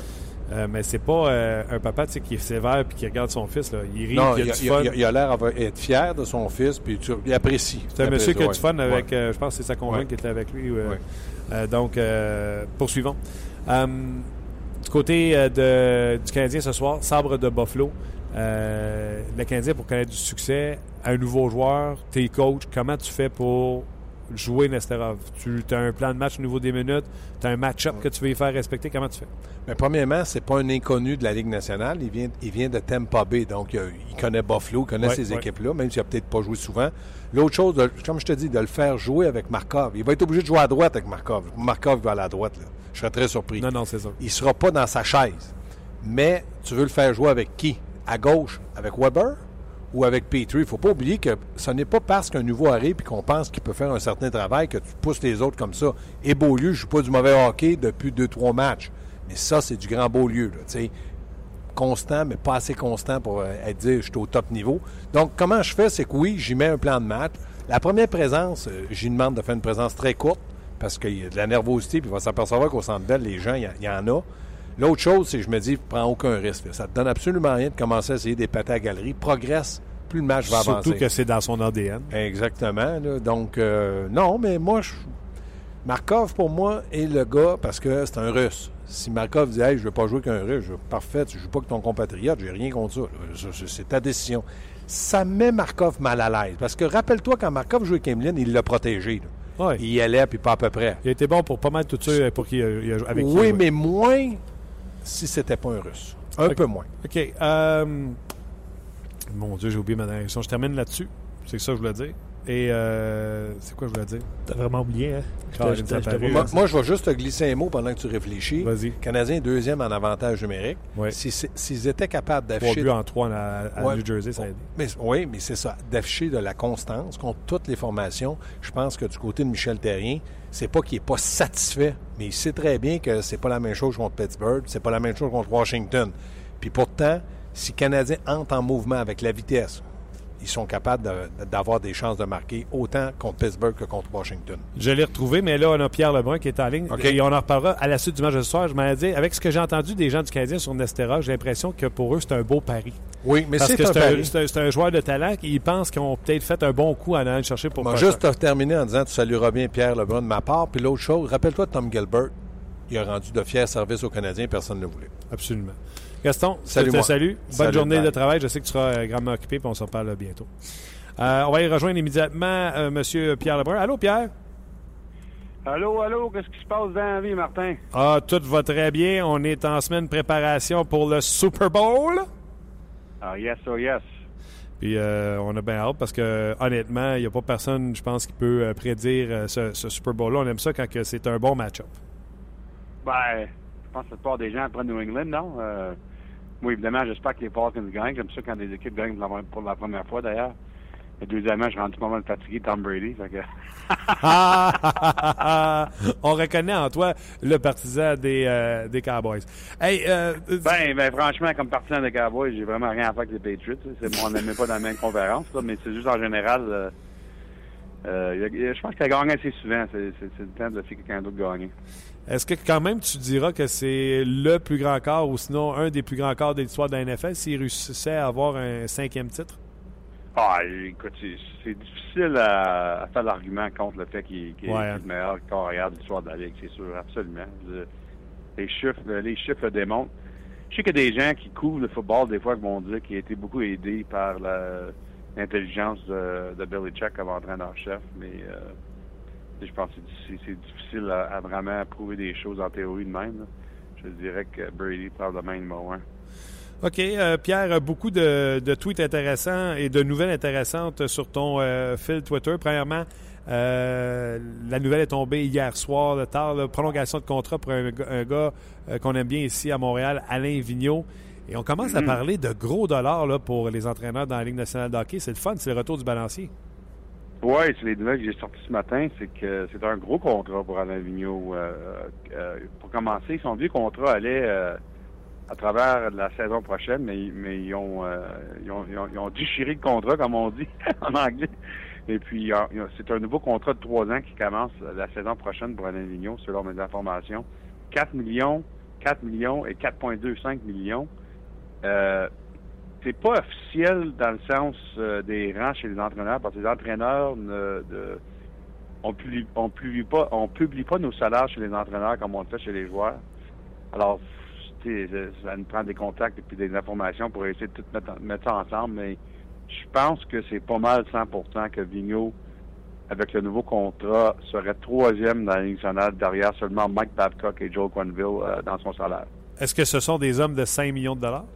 Euh, mais c'est pas euh, un papa qui est sévère et qui regarde son fils. Là. Il rit, non, il a il, du il, fun. il, il a l'air d'être fier de son fils, puis tu, il apprécie. C'est un il monsieur apprécie, qui a ouais. du fun avec, Ouais. euh, je pense que c'est sa conjointe Ouais. qui était avec lui. Euh, Ouais. euh, donc, euh, poursuivons. Euh, du côté euh, de, du Canadien ce soir, Sabre de Buffalo. Euh, le Canadien, pour connaître du succès, un nouveau joueur, t'es coach, comment tu fais pour jouer Nesterov? Tu as un plan de match au niveau des minutes, tu as un match-up que tu veux y faire respecter, comment tu fais? Mais premièrement, c'est pas un inconnu de la Ligue nationale. Il vient, il vient de Tampa Bay, donc il, il connaît Buffalo, il connaît Ouais, ces ouais. équipes-là, même s'il n'a peut-être pas joué souvent. L'autre chose, de, comme je te dis, de le faire jouer avec Markov. Il va être obligé de jouer à droite avec Markov. Markov va aller à droite, là. Je serais très surpris. Non, non, c'est ça. Il ne sera pas dans sa chaise. Mais tu veux le faire jouer avec qui? À gauche, avec Weber ou avec Petrie? Il ne faut pas oublier que ce n'est pas parce qu'un nouveau arrive et qu'on pense qu'il peut faire un certain travail que tu pousses les autres comme ça. Et Beaulieu ne joue pas du mauvais hockey depuis deux trois matchs. Mais ça, c'est du grand Beaulieu. Là, tu sais. Constant, mais pas assez constant pour euh, être dire je suis au top niveau. Donc, comment je fais? C'est que oui, j'y mets un plan de match. La première présence, euh, j'y demande de faire une présence très courte parce qu'il y a de la nervosité puis il va s'apercevoir qu'au Centre Bell, les gens, il y, y en a. L'autre chose, c'est que je me dis, prends aucun risque. Là. Ça te donne absolument rien de commencer à essayer d'épater à la galerie. Progresse, plus le match va avancer. Surtout que c'est dans son A D N. Exactement. Là. Donc, euh, non, mais moi, je... Markov, pour moi, est le gars parce que c'est un Russe. Si Markov dit, hey, je ne veux pas jouer qu'un Russe, je... parfait, tu ne joues pas que ton compatriote, j'ai rien contre ça. Là. C'est ta décision. Ça met Markov mal à l'aise. Parce que rappelle-toi, quand Markov jouait Kemlin, il l'a protégé. Là. Ouais. Il y allait, puis pas à peu près. Il a été bon pour pas mal tout ça pour qui, il a, avec qui il a Oui, joué. mais moins si c'était pas un Russe. Un Okay. peu moins. OK. Euh... Mon Dieu, j'ai oublié ma dernière question. Je termine là-dessus. C'est ça que je voulais dire. Et euh... c'est quoi que je voulais dire? T'as vraiment oublié, hein? Ah, Je te- ça je te- paraît. je te- Moi, moi, je vais juste te glisser un mot pendant que tu réfléchis. Vas-y. Canadien deuxième en avantage numérique. Ouais. Si c'est- s'ils étaient capables Trois d'afficher... buts en trois à, à Ouais. New Jersey, ça a aidé. Mais, oui, mais c'est ça. D'afficher de la constance contre toutes les formations. Je pense que du côté de Michel Therrien, c'est pas qu'il n'est pas satisfait, mais il sait très bien que c'est pas la même chose contre Pittsburgh, c'est pas la même chose contre Washington. Puis pourtant, si le Canadien entre en mouvement avec la vitesse, ils sont capables de- d'avoir des chances de marquer autant contre Pittsburgh que contre Washington. Je l'ai retrouvé, mais là, on a Pierre Lebrun qui est en ligne. OK. Et on en reparlera à la suite du match de ce soir. Je m'en ai dit, avec ce que j'ai entendu des gens du Canadien sur Nesterov, j'ai l'impression que pour eux, c'est un beau pari. Oui, mais Parce c'est que un c'est un, pari. c'est un- c'est un joueur de talent qui pense qu'ils ont peut-être fait un bon coup en allant le chercher pour Bon, faire juste ça. te terminer en disant tu salueras bien Pierre Lebrun de ma part. Puis l'autre chose, rappelle-toi de Tom Gilbert. Il a rendu de fiers services aux Canadiens, personne ne le voulait. Absolument. Gaston, Salut, je te moi. salue. Bonne Salut, journée bye. de travail. Je sais que tu seras euh, grandement occupé, puis on s'en parle bientôt. Euh, on va y rejoindre immédiatement euh, M. Pierre Lebrun. Allô, Pierre? Allô, allô, qu'est-ce qui se passe dans la vie, Martin? Ah, tout va très bien. On est en semaine de préparation pour le Super Bowl. Ah, yes, oh, yes. Puis euh, on a bien hâte parce que honnêtement, il n'y a pas personne, je pense, qui peut euh, prédire euh, ce, ce Super Bowl-là. On aime ça quand que c'est un bon match-up. Ben, je pense que la plupart des gens prennent New England, non? Euh, moi, évidemment, j'espère que les Falcons gagnent. J'aime ça quand des équipes gagnent pour la, pour la première fois, d'ailleurs. Et deuxièmement, je suis rendu pas mal fatigué de Tom Brady. Fait que... Ah, ah, ah, ah. On reconnaît en toi le partisan des, euh, des Cowboys. Hey, euh, ben, ben, franchement, comme partisan des Cowboys, j'ai vraiment rien à faire avec les Patriots. C'est, on n'aimait pas dans la même conférence, là, mais c'est juste en général... Euh, euh, y a- je pense qu'il a gagné assez souvent. C'est, c'est, c'est le temps de laisser quelqu'un d'autre gagner. est-ce que quand même tu diras que c'est le plus grand quart ou sinon un des plus grands quarts de l'histoire de la N F L s'il réussissait à avoir un cinquième titre? Ah, écoute, c'est, c'est difficile à, à faire l'argument contre le fait qu'il, qu'il Ouais, est hein. le meilleur carrière de l'histoire de la Ligue, c'est sûr, absolument. Je- les chiffres, les chiffres le démontrent. Je sais qu'il y a des gens qui couvrent le football, des fois, qui vont dire qu'il a été beaucoup aidé par la, l'intelligence de, de Belichick comme entraîneur-chef, mais euh, je pense que c'est, c'est difficile à, à vraiment prouver des choses en théorie de même. Là. Je dirais que Brady probablement est numéro un. OK. Euh, Pierre, beaucoup de, de tweets intéressants et de nouvelles intéressantes sur ton euh, fil Twitter. Premièrement, euh, la nouvelle est tombée hier soir, de tard, là, prolongation de contrat pour un, gars- un gars euh, qu'on aime bien ici à Montréal, Alain Vigneault. Et on commence à Mhm. parler de gros dollars là, pour les entraîneurs dans la Ligue nationale de hockey. C'est le fun, c'est le retour du balancier. Oui, c'est les nouvelles que j'ai sorties ce matin, c'est que c'est un gros contrat pour Alain Vigneault. Euh, euh, pour commencer, son vieux contrat allait euh, à travers la saison prochaine, mais, mais ils, ont, euh, ils, ont, ils, ont, ils ont déchiré le contrat, comme on dit en anglais. Et puis, ils ont- ils ont- c'est un nouveau contrat de trois ans qui commence la saison prochaine pour Alain Vigneault, selon mes informations. quatre millions quatre millions et quatre virgule vingt-cinq millions. Euh, c'est pas officiel dans le sens euh, des rangs chez les entraîneurs, parce que les entraîneurs ne, de, on publie, on publie pas, on publie pas nos salaires chez les entraîneurs comme on le fait chez les joueurs. Alors, ça nous prend des contacts et puis des informations pour essayer de tout mettre, mettre ça ensemble, mais je pense que c'est pas mal cent pour cent que Vigneault, avec le nouveau contrat, serait troisième dans la Ligue nationale derrière seulement Mike Babcock et Joel Quenneville euh, dans son salaire. Est-ce que ce sont des hommes de cinq millions de dollars?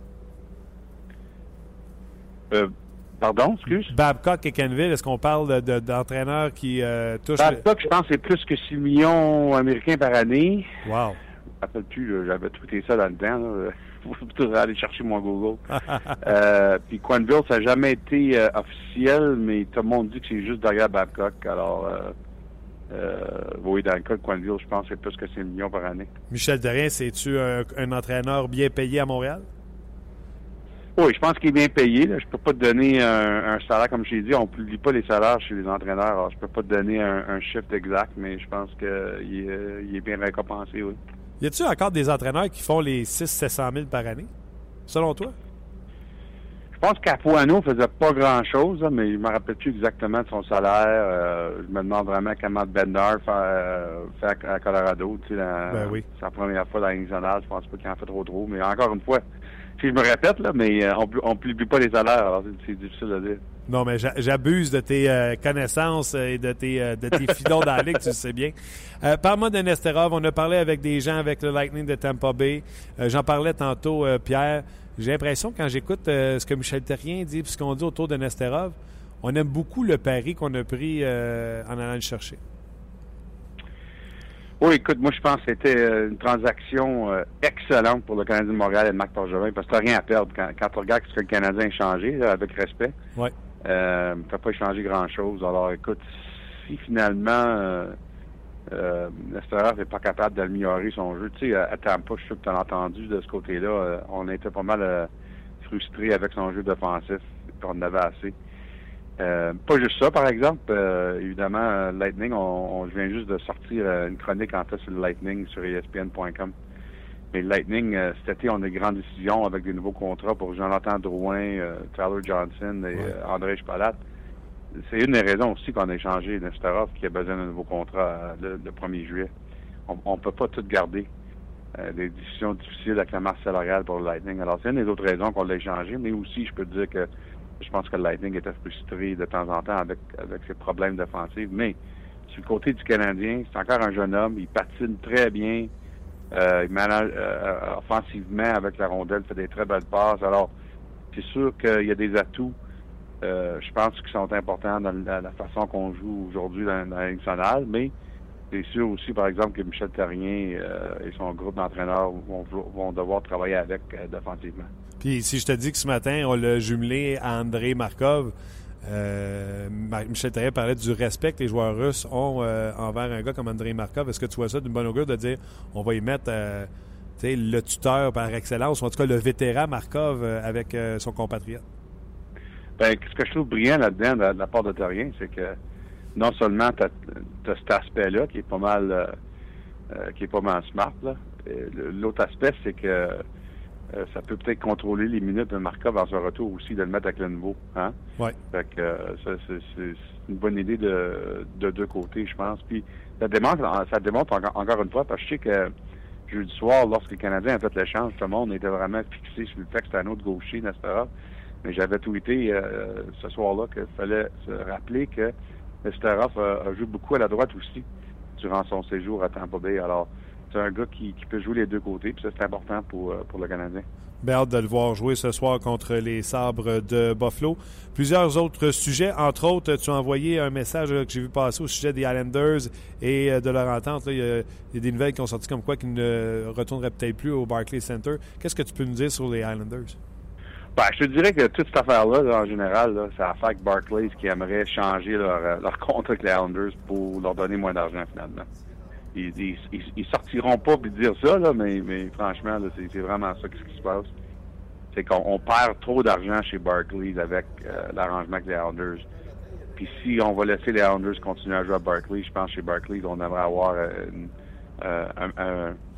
Euh, pardon, excuse? Babcock et Quenneville, est-ce qu'on parle de, de, d'entraîneurs qui euh, touchent... Babcock, le... je pense que c'est plus que six millions américains par année. Wow! Je me rappelle plus, là, j'avais tweeté ça dans le temps. Là. Faut aller chercher mon Google. euh, puis Quenneville, ça n'a jamais été euh, officiel, mais tout le monde dit que c'est juste derrière Babcock. Alors, euh, euh, oui, dans le cas de Quenneville, je pense que c'est plus que six millions par année. Michel Therrien, c'est-tu un, un entraîneur bien payé à Montréal? Oui, je pense qu'il est bien payé. Là. Je peux pas te donner un, un salaire, comme j'ai dit, on ne publie pas les salaires chez les entraîneurs. Alors, je peux pas te donner un, un chiffre exact, mais je pense qu'il est, il est bien récompensé, oui. Y a-t-il encore des entraîneurs qui font les six cents à sept cent mille par année, selon toi? Je pense qu'Apoano faisait pas grand-chose, là, mais je me rappelle plus exactement de son salaire. Euh, je me demande vraiment comment Bednar fait, euh, fait à Colorado. Tu sais, la, ben oui. C'est la première fois dans la Ligue nationale. Je pense pas qu'il en fait trop trop. Mais encore une fois, si je me répète, là, mais euh, on ne publie pas les salaires. Alors c'est, c'est difficile à dire. Non, mais j'abuse de tes euh, connaissances et de tes, euh, de tes filons dans la ligue, tu le sais bien. Euh, Parle-moi de Nesterov. On a parlé avec des gens avec le Lightning de Tampa Bay. Euh, j'en parlais tantôt, euh, Pierre. J'ai l'impression, quand j'écoute euh, ce que Michel Therrien dit et ce qu'on dit autour de Nesterov, on aime beaucoup le pari qu'on a pris euh, en allant le chercher. Oui, écoute, moi, je pense que c'était une transaction euh, excellente pour le Canadien de Montréal et Marc Bergevin, parce que tu n'as rien à perdre quand, quand tu regardes ce que le Canadien a changé, là, avec respect. Oui. Euh, tu n'as pas échangé grand-chose. Alors, écoute, si finalement euh, euh, Nesterov n'est pas capable d'améliorer son jeu, tu sais, à Tampa, je suis sûr que tu as entendu de ce côté-là, euh, on était pas mal euh, frustrés avec son jeu défensif, puis on en avait assez. Euh, pas juste ça, par exemple. Euh, évidemment, euh, Lightning, on, on, je viens juste de sortir euh, une chronique en fait sur le Lightning sur E S P N point com. Mais le Lightning, euh, cet été, on a des grandes décisions avec des nouveaux contrats pour Jonathan Drouin, euh, Tyler Johnson et ouais. euh, André Spalat. C'est une des raisons aussi qu'on a échangé Nesterov qui a besoin d'un nouveau contrat euh, le, le premier juillet. On ne peut pas tout garder. Euh, des décisions difficiles avec la masse salariale pour le Lightning. Alors, c'est une des autres raisons qu'on l'a échangé, mais aussi, je peux te dire que je pense que le Lightning était frustré de temps en temps avec, avec ses problèmes défensifs. Mais sur le côté du Canadien, c'est encore un jeune homme. Il patine très bien. Euh, il manage euh, offensivement avec la rondelle, fait des très belles passes. Alors, c'est sûr qu'il y a des atouts, euh, je pense, qui sont importants dans la, la façon qu'on joue aujourd'hui dans, dans la Ligue nationale. Mais c'est sûr aussi, par exemple, que Michel Therrien euh, et son groupe d'entraîneurs vont, vont devoir travailler avec euh, défensivement. Puis si je te dis que ce matin, on l'a jumelé à Andrei Markov, euh, Michel Therrien parlait du respect que les joueurs russes ont euh, envers un gars comme Andrei Markov. Est-ce que tu vois ça d'une bonne augure de dire on va y mettre euh, le tuteur par excellence, ou en tout cas le vétéran Markov euh, avec euh, son compatriote? Bien, ce que je trouve brillant là-dedans, de, de la part de Therrien, c'est que non seulement tu as cet aspect-là qui est pas mal euh, euh, qui est pas mal smart, là. Et l'autre aspect, c'est que Euh, ça peut peut-être contrôler les minutes de Markov dans son retour aussi, de le mettre avec le nouveau. Hein? Oui. Fait que euh, ça, c'est, c'est une bonne idée de, de deux côtés, je pense. Puis ça démontre, ça démontre encore, encore une fois, parce que je sais que jeudi soir, lorsque les Canadiens ont fait l'échange, tout le monde était vraiment fixé sur le fait que c'était un autre gaucher, Nesterov. Mais j'avais tweeté euh, ce soir-là qu'il fallait se rappeler que Nesterov a, a joué beaucoup à la droite aussi durant son séjour à Tampa Bay. Alors, c'est un gars qui, qui peut jouer les deux côtés, puis ça, c'est important pour, pour le Canadien. Bien hâte de le voir jouer ce soir contre les Sabres de Buffalo. Plusieurs autres sujets, entre autres, tu as envoyé un message là, que j'ai vu passer au sujet des Islanders et euh, de leur entente. Là, il, y a, il y a des nouvelles qui ont sorti comme quoi qu'ils ne retourneraient peut-être plus au Barclays Center. Qu'est-ce que tu peux nous dire sur les Islanders? Ben, je te dirais que toute cette affaire-là, là, en général, là, c'est l'affaire avec Barclays qui aimerait changer leur, leur contrat avec les Islanders pour leur donner moins d'argent, finalement. Ils, ils, ils, ils sortiront pas pour dire ça, là, mais, mais franchement, là, c'est, c'est vraiment ça qui, qui se passe. C'est qu'on on perd trop d'argent chez Barclays avec euh, l'arrangement avec les Islanders. Puis si on va laisser les Islanders continuer à jouer à Barclays, je pense que chez Barclays, on devrait avoir euh, une, euh, un, un,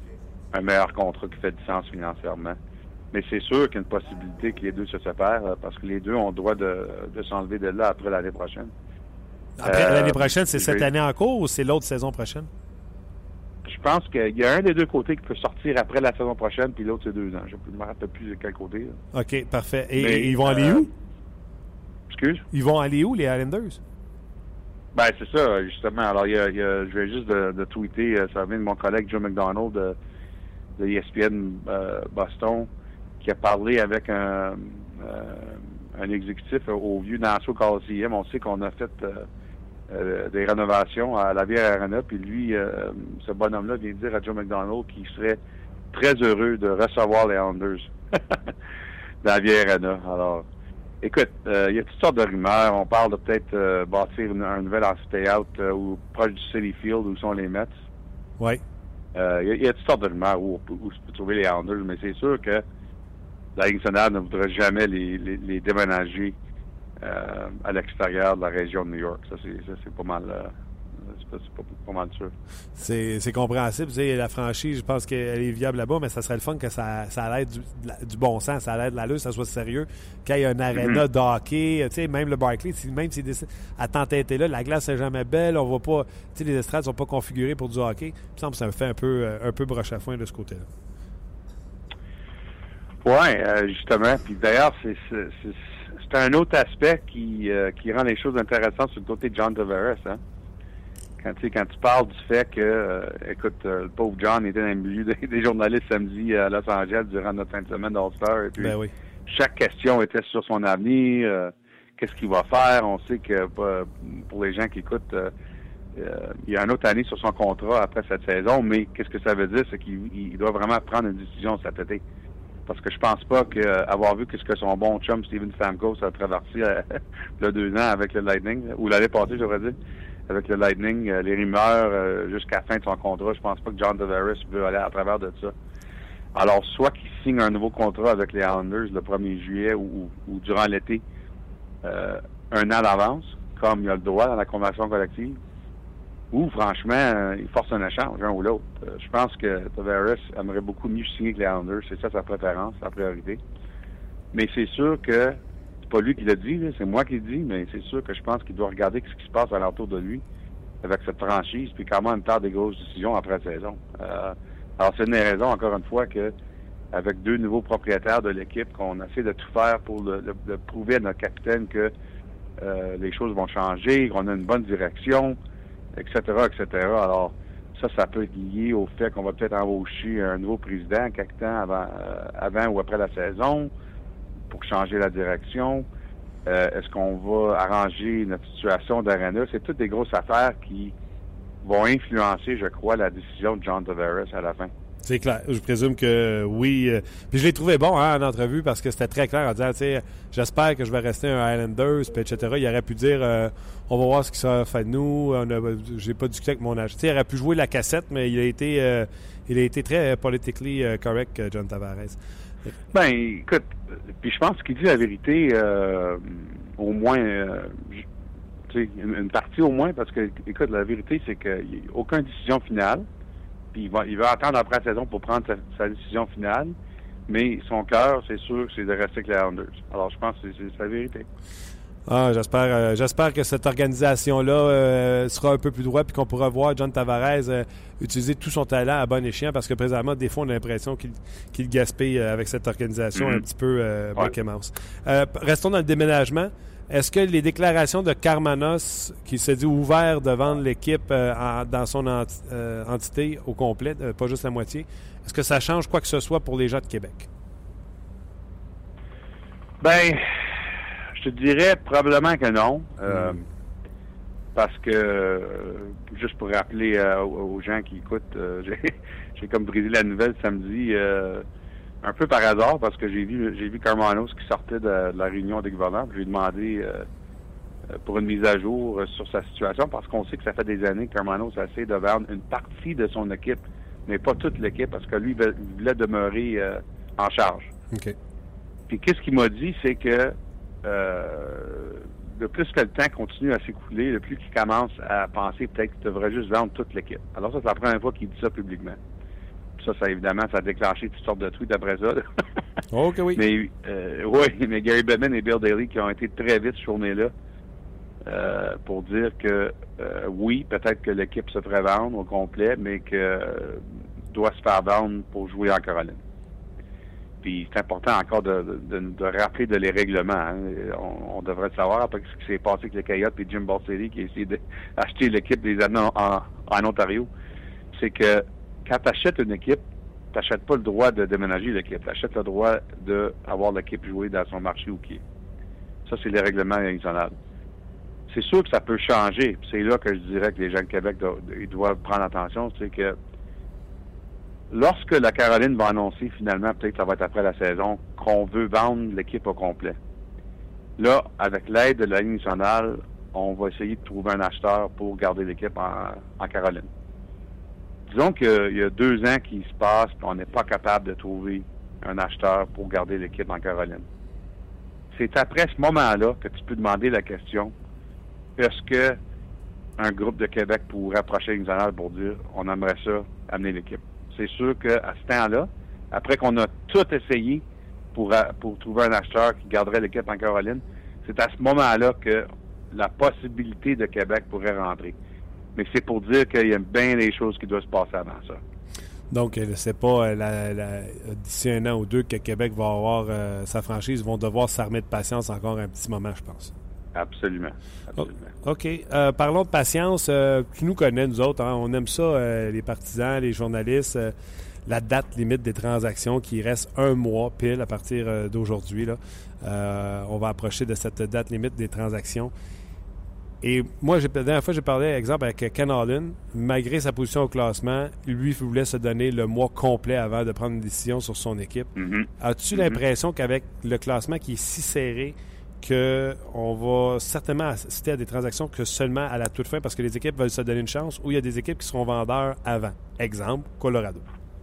un meilleur contrat qui fait du sens financièrement. Mais c'est sûr qu'il y a une possibilité que les deux se séparent euh, parce que les deux ont le droit de, de s'enlever de là après l'année prochaine. Après Euh, l'année prochaine, c'est cette vais- année en cours ou c'est l'autre saison prochaine? Je pense qu'il y a un des deux côtés qui peut sortir après la saison prochaine, puis l'autre, c'est deux ans. Je ne me rappelle plus de quel côté. là. OK, parfait. Et, Mais, et ils vont aller euh, où? Excuse? Ils vont aller où, les Islanders? Ben, c'est ça, justement. Alors, il y a, il y a- je vais juste de, de tweeter, euh, ça vient de mon collègue Joe McDonald de, de E S P N euh, Boston, qui a parlé avec un, euh, un exécutif au vieux Nassau Coliseum. On sait qu'on a fait euh, euh, des rénovations à la vieille Arena, puis lui, euh, ce bonhomme-là vient dire à Joe McDonald qu'il serait très heureux de recevoir les Islanders dans la vieille Arena. Alors, écoute, euh, il y a toutes sortes de rumeurs. On parle de peut-être euh, bâtir une, un nouvel amphithéâtre euh, ou proche du Citi Field où sont les Mets. Oui. Euh, Il y, a- il y a toutes sortes de rumeurs où, où, où se peut trouver les Islanders, mais c'est sûr que la Ligue nationale ne voudrait jamais les, les, les déménager euh, à l'extérieur de la région de New York. Ça, c'est, ça, c'est pas mal... euh, c'est pas, c'est pas, pas mal sûr. C'est, c'est compréhensible. Tu sais, la franchise, je pense qu'elle est viable là-bas, mais ça serait le fun que ça, ça l'aide du, de la- du bon sens, ça l'aide de la lutte, ça soit sérieux. Qu'il y ait un aréna Mm-hmm. de hockey, tu sais, même le Barclays, si- même s'il décide à t'entêter là, la glace n'est jamais belle, on va pas, tu sais, les estrades sont pas configurées pour du hockey. Il me semble que ça me fait un peu, euh, un peu broche à foin de ce côté-là. Oui, euh, justement. Puis d'ailleurs, c'est, c'est, c'est, c'est un autre aspect qui, euh, qui rend les choses intéressantes sur le côté de John Tavares. Hein? Quand, tu sais, quand tu parles du fait que, euh, écoute, euh, le pauvre John était dans le milieu des, des journalistes samedi à Los Angeles durant notre fin de semaine d'All-Star. Et puis, Ben oui. chaque question était sur son avenir, euh, qu'est-ce qu'il va faire. On sait que euh, pour les gens qui écoutent, euh, euh, il y a une autre année sur son contrat après cette saison, mais qu'est-ce que ça veut dire? C'est qu'il il doit vraiment prendre une décision cet été. Parce que je pense pas qu'avoir vu qu'est-ce que son bon chum Steven Stamkos a traversé euh, il y a deux ans avec le Lightning, ou l'année passée, j'aurais dit, avec le Lightning, euh, les rumeurs euh, jusqu'à la fin de son contrat, je pense pas que John Tavares veut aller à travers de ça. Alors, soit qu'il signe un nouveau contrat avec les Islanders le premier juillet ou, ou durant l'été, euh, un an d'avance, comme il a le droit dans la convention collective, ou franchement, euh, il force un échange, un ou l'autre. Euh, je pense que Tavares aimerait beaucoup mieux signer que les Islanders. C'est ça sa préférence, sa priorité. Mais c'est sûr que, c'est pas lui qui l'a dit, là, c'est moi qui le dis, mais c'est sûr que je pense qu'il doit regarder ce qui se passe alentour de lui avec cette franchise, puis comment même faire des grosses décisions après la saison. Euh, alors, c'est une des raisons, encore une fois, que avec deux nouveaux propriétaires de l'équipe, qu'on essaie de tout faire pour le, le- le prouver à notre capitaine que euh, les choses vont changer, qu'on a une bonne direction, et cetera, et cetera. Alors, ça, ça peut être lié au fait qu'on va peut-être embaucher un nouveau président quelque temps avant, euh, avant ou après la saison pour changer la direction. Euh, est-ce qu'on va arranger notre situation d'arena? C'est toutes des grosses affaires qui vont influencer, je crois, la décision de John Tavares à la fin. C'est clair. Je présume que oui. Euh, Puis je l'ai trouvé bon hein, en entrevue parce que c'était très clair en disant, tu sais, j'espère que je vais rester un Islanders, puis et cetera. Il aurait pu dire, euh, on va voir ce qui ça fait de nous. On a, j'ai pas discuté avec mon agent. Tu sais, il aurait pu jouer la cassette, mais il a été, euh, il a été très politically euh, correct, John Tavares. Ben, écoute, puis je pense qu'il dit la vérité, euh, au moins, euh, tu sais, une, une partie au moins, parce que, écoute, la vérité, c'est qu'il n'y a aucune décision finale. Puis il va, il va attendre après la saison pour prendre sa, sa décision finale. Mais son cœur, c'est sûr, c'est de rester avec les Islanders. Alors, je pense que c'est, c'est la vérité. Ah, j'espère, euh, j'espère que cette organisation-là euh, sera un peu plus droite puis qu'on pourra voir John Tavares euh, utiliser tout son talent à bon escient parce que présentement, des fois, on a l'impression qu'il, qu'il gaspille euh, avec cette organisation Mm-hmm. un petit peu euh, Ouais. Mickey Mouse. Euh, restons dans le déménagement. Est-ce que les déclarations de Karmanos, qui s'est dit ouvert de vendre l'équipe euh, en- dans son enti- euh, entité au complet, euh, pas juste la moitié, est-ce que ça change quoi que ce soit pour les gens de Québec? Ben, je te dirais probablement que non. Euh, Mm. Parce que, euh, juste pour rappeler euh, aux, aux gens qui écoutent, euh, j'ai, j'ai comme brisé la nouvelle samedi, euh, un peu par hasard, parce que j'ai vu j'ai vu Karmanos qui sortait de, de la réunion des gouverneurs. Puis j'ai demandé euh, euh, pour une mise à jour euh, sur sa situation, parce qu'on sait que ça fait des années que Karmanos essaie de vendre une partie de son équipe, mais pas toute l'équipe, parce que lui, il voulait demeurer euh, en charge. OK. Puis qu'est-ce qu'il m'a dit, c'est que euh, le plus que le temps continue à s'écouler, le plus qu'il commence à penser peut-être qu'il devrait juste vendre toute l'équipe. Alors ça, c'est la première fois qu'il dit ça publiquement. Ça, ça évidemment, ça a déclenché toutes sortes de trucs après ça. OK, oui. Mais, euh, oui, mais Gary Bettman et Bill Daly qui ont été très vite ce journée-là euh, pour dire que, euh, oui, peut-être que l'équipe se ferait vendre au complet, mais que euh, doit se faire vendre pour jouer en Caroline. Puis c'est important encore de, de, de rappeler de les règlements. Hein. On, on devrait le savoir après ce qui s'est passé avec les Coyotes et Jim Balsillie qui a essayé d'acheter l'équipe des années en, en, en Ontario. C'est que quand tu achètes une équipe, tu n'achètes pas le droit de déménager l'équipe. Tu achètes le droit d'avoir l'équipe jouer dans son marché où qui est. Ça, c'est les règlements nationaux. C'est sûr que ça peut changer. C'est là que je dirais que les gens de Québec doivent, ils doivent prendre attention. C'est que lorsque la Caroline va annoncer finalement, peut-être que ça va être après la saison, qu'on veut vendre l'équipe au complet. Là, avec l'aide de la Ligue nationale, on va essayer de trouver un acheteur pour garder l'équipe en, en Caroline. Disons qu'il y a deux ans qui se passent, on n'est pas capable de trouver un acheteur pour garder l'équipe en Caroline. C'est après ce moment-là que tu peux demander la question, est-ce que un groupe de Québec pourrait approcher la Ligue nationale pour dire, on aimerait ça, amener l'équipe. C'est sûr qu'à ce temps-là, après qu'on a tout essayé pour, pour trouver un acheteur qui garderait l'équipe en Caroline, c'est à ce moment-là que la possibilité de Québec pourrait rentrer. Mais c'est pour dire qu'il y a bien des choses qui doivent se passer avant ça. Donc, c'est pas la, la, d'ici un an ou deux que Québec va avoir euh, sa franchise. Ils vont devoir s'armer de patience encore un petit moment, je pense. Absolument. Absolument. Oh, OK. Euh, parlons de patience. Euh, tu nous connais, nous autres. Hein? On aime ça, euh, les partisans, les journalistes. Euh, la date limite des transactions qui reste un mois pile à partir euh, d'aujourd'hui. Là. Euh, on va approcher de cette date limite des transactions. Et moi, j'ai, la dernière fois, j'ai parlé, exemple, avec Ken Holland. Malgré sa position au classement, lui voulait se donner le mois complet avant de prendre une décision sur son équipe. Mm-hmm. As-tu mm-hmm. l'impression qu'avec le classement qui est si serré, qu'on va certainement assister à des transactions que seulement à la toute fin parce que les équipes veulent se donner une chance ou il y a des équipes qui seront vendeurs avant? Exemple, Colorado.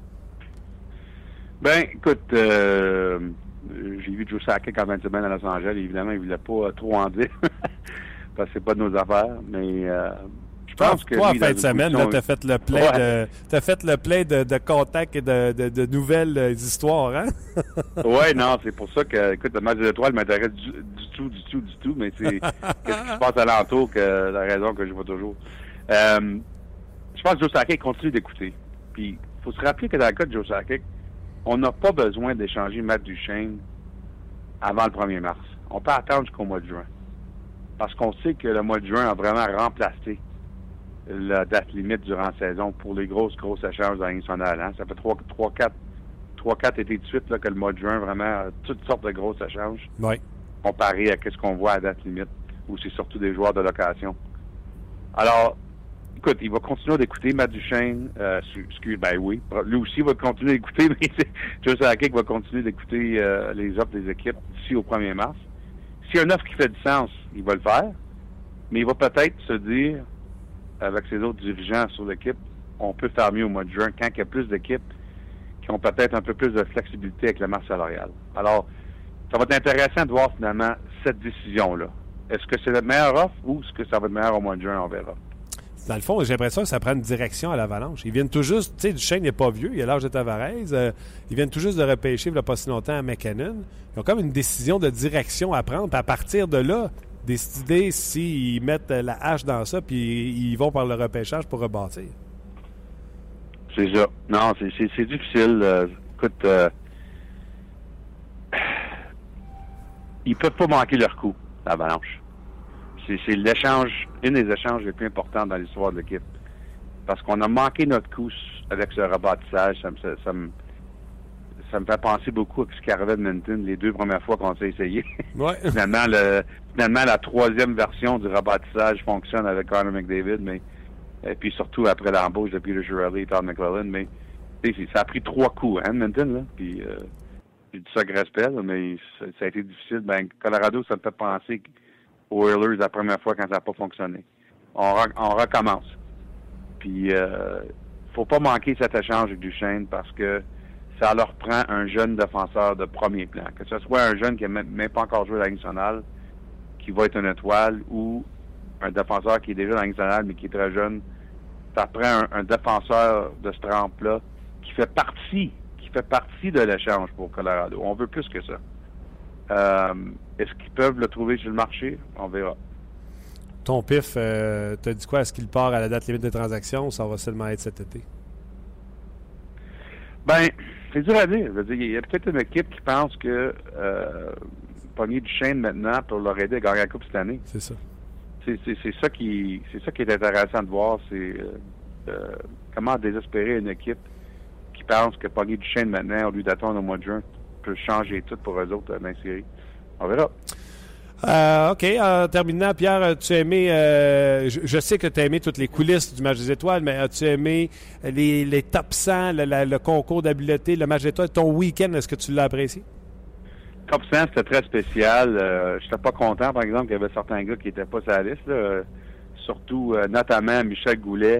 Ben, écoute, euh, j'ai vu Joe Sakic en vingt semaines à Los Angeles. Évidemment, il ne voulait pas trop en dire parce que c'est pas de nos affaires, mais euh, je pense ah, que... Toi, en lui, fin de semaine, position... tu as fait le plein, ouais. de, t'as fait le plein de, de contacts et de, de, de nouvelles euh, histoires, hein? Oui, non, c'est pour ça que, écoute, le match de l'étoile m'intéresse du, du tout, du tout, du tout, mais c'est qu'est-ce qui se passe alentour que la raison que je vois toujours. Euh, je pense que Joe Sakic continue d'écouter. Puis, il faut se rappeler que dans le cas de Joe Sakic, on n'a pas besoin d'échanger Matt Duchene avant le premier mars. On peut attendre jusqu'au mois de juin. Parce qu'on sait que le mois de juin a vraiment remplacé la date limite durant la saison pour les grosses, grosses échanges dans la Ligue nationale. Hein? Ça fait trois, trois, quatre, trois, quatre étés de suite là, que le mois de juin, vraiment, toutes sortes de grosses échanges. Oui. Comparé à ce qu'on voit à date limite, où c'est surtout des joueurs de location. Alors, écoute, il va continuer d'écouter Matt Duchene. Euh, excuse, ben oui. Lui aussi va continuer d'écouter, mais Joe Sakic va continuer d'écouter euh, les offres des équipes d'ici au premier mars. S'il y a une offre qui fait du sens, il va le faire. Mais il va peut-être se dire, avec ses autres dirigeants sur l'équipe, on peut faire mieux au mois de juin quand il y a plus d'équipes qui ont peut-être un peu plus de flexibilité avec la masse salariale. Alors, ça va être intéressant de voir finalement cette décision-là. Est-ce que c'est la meilleure offre ou est-ce que ça va être meilleur au mois de juin? On verra. Dans le fond, j'ai l'impression que ça prend une direction à l'Avalanche. Ils viennent tout juste, tu sais, Duchesne n'est pas vieux, il a l'âge de Tavares. Euh, ils viennent tout juste de repêcher, il n'y a pas si longtemps, à McKinnon. Ils ont comme une décision de direction à prendre. Puis à partir de là, décider s'ils mettent la hache dans ça, puis ils vont par le repêchage pour rebâtir. C'est ça. Non, c'est, c'est, c'est difficile. Euh, écoute, euh, ils peuvent pas manquer leur coup, l'Avalanche. C'est, c'est l'échange, une des échanges les plus importants dans l'histoire de l'équipe. Parce qu'on a manqué notre coup avec ce rebâtissage. Ça me, ça, ça me, ça me fait penser beaucoup à ce qui arrivait de Edmonton les deux premières fois qu'on s'est essayé. Ouais. finalement, le, finalement, la troisième version du rebâtissage fonctionne avec Connor McDavid, mais et puis surtout après l'embauche de Peter Chiarelli et Todd McLellan. Mais ça a pris trois coups, hein, Edmonton, là. Puis, euh, j'ai dit ça avec respect, là, mais ça, ça a été difficile. Ben, Colorado, ça me fait penser aux Oilers la première fois quand ça n'a pas fonctionné. On, on recommence. Puis, euh, faut pas manquer cet échange avec Duchesne parce que ça leur prend un jeune défenseur de premier plan. Que ce soit un jeune qui n'a même pas encore joué à la Ligue nationale, qui va être une étoile, ou un défenseur qui est déjà dans la Ligue nationale, mais qui est très jeune. Ça prend un, un défenseur de ce trempe-là qui fait partie, qui fait partie de l'échange pour Colorado. On veut plus que ça. Euh, est-ce qu'ils peuvent le trouver sur le marché? On verra. Ton pif, euh, t'as dit quoi? Est-ce qu'il part à la date limite des transactions ou ça va seulement être cet été? Ben, c'est dur à dire. Je veux dire, il y a peut-être une équipe qui pense que euh, pogner Duchesne maintenant pour leur aider à gagner la Coupe cette année. C'est ça. C'est, c'est, c'est ça qui c'est ça qui est intéressant de voir, c'est euh, euh, comment désespérer une équipe qui pense que pogner Duchesne maintenant au lieu d'attendre au mois de juin peut changer tout pour eux autres dans la série. On verra. Euh, OK. En terminant, Pierre, as-tu aimé... Euh, je, je sais que tu as aimé toutes les coulisses du match des étoiles, mais as-tu aimé les, les top cent, le, la, le concours d'habileté, le match des étoiles? Ton week-end, est-ce que tu l'as apprécié? Top cent, c'était très spécial. Euh, j'étais pas content, par exemple, qu'il y avait certains gars qui n'étaient pas sur la liste. Là. Euh, surtout, euh, notamment Michel Goulet,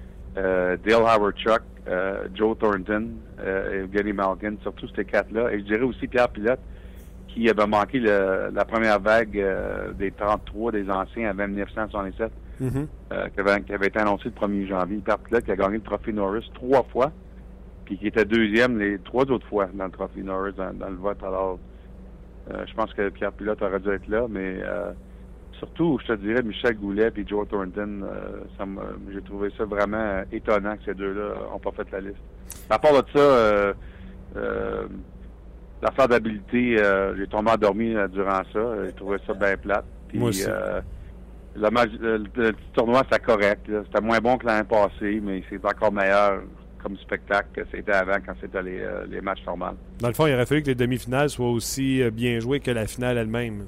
euh, Dale Howard-Chuck, euh, Joe Thornton, euh, et Gary Malkin, surtout ces quatre-là. Et je dirais aussi Pierre Pilote, qui avait manqué le, la première vague euh, des trente-trois des anciens avant dix-neuf cent soixante-dix-sept, mm-hmm. euh, qui, avait, qui avait été annoncé le premier janvier. Pierre Pilote qui a gagné le trophée Norris trois fois, puis qui était deuxième les trois autres fois dans le trophée Norris dans, dans le vote. Alors, euh, je pense que Pierre Pilote aurait dû être là, mais euh, surtout, je te dirais, Michel Goulet et Joe Thornton, euh, ça m'a, j'ai trouvé ça vraiment étonnant que ces deux-là n'ont pas fait la liste. À part de ça, euh, euh, l'affaire d'habilité, euh, j'ai tombé endormi euh, durant ça. J'ai trouvé ça bien plate. Puis, Moi aussi. Euh, le, match, le, le petit tournoi, c'était correct. Là. C'était moins bon que l'année passée, mais c'est encore meilleur comme spectacle que c'était avant quand c'était les, euh, les matchs normaux. Dans le fond, il aurait fallu que les demi-finales soient aussi bien jouées que la finale elle-même.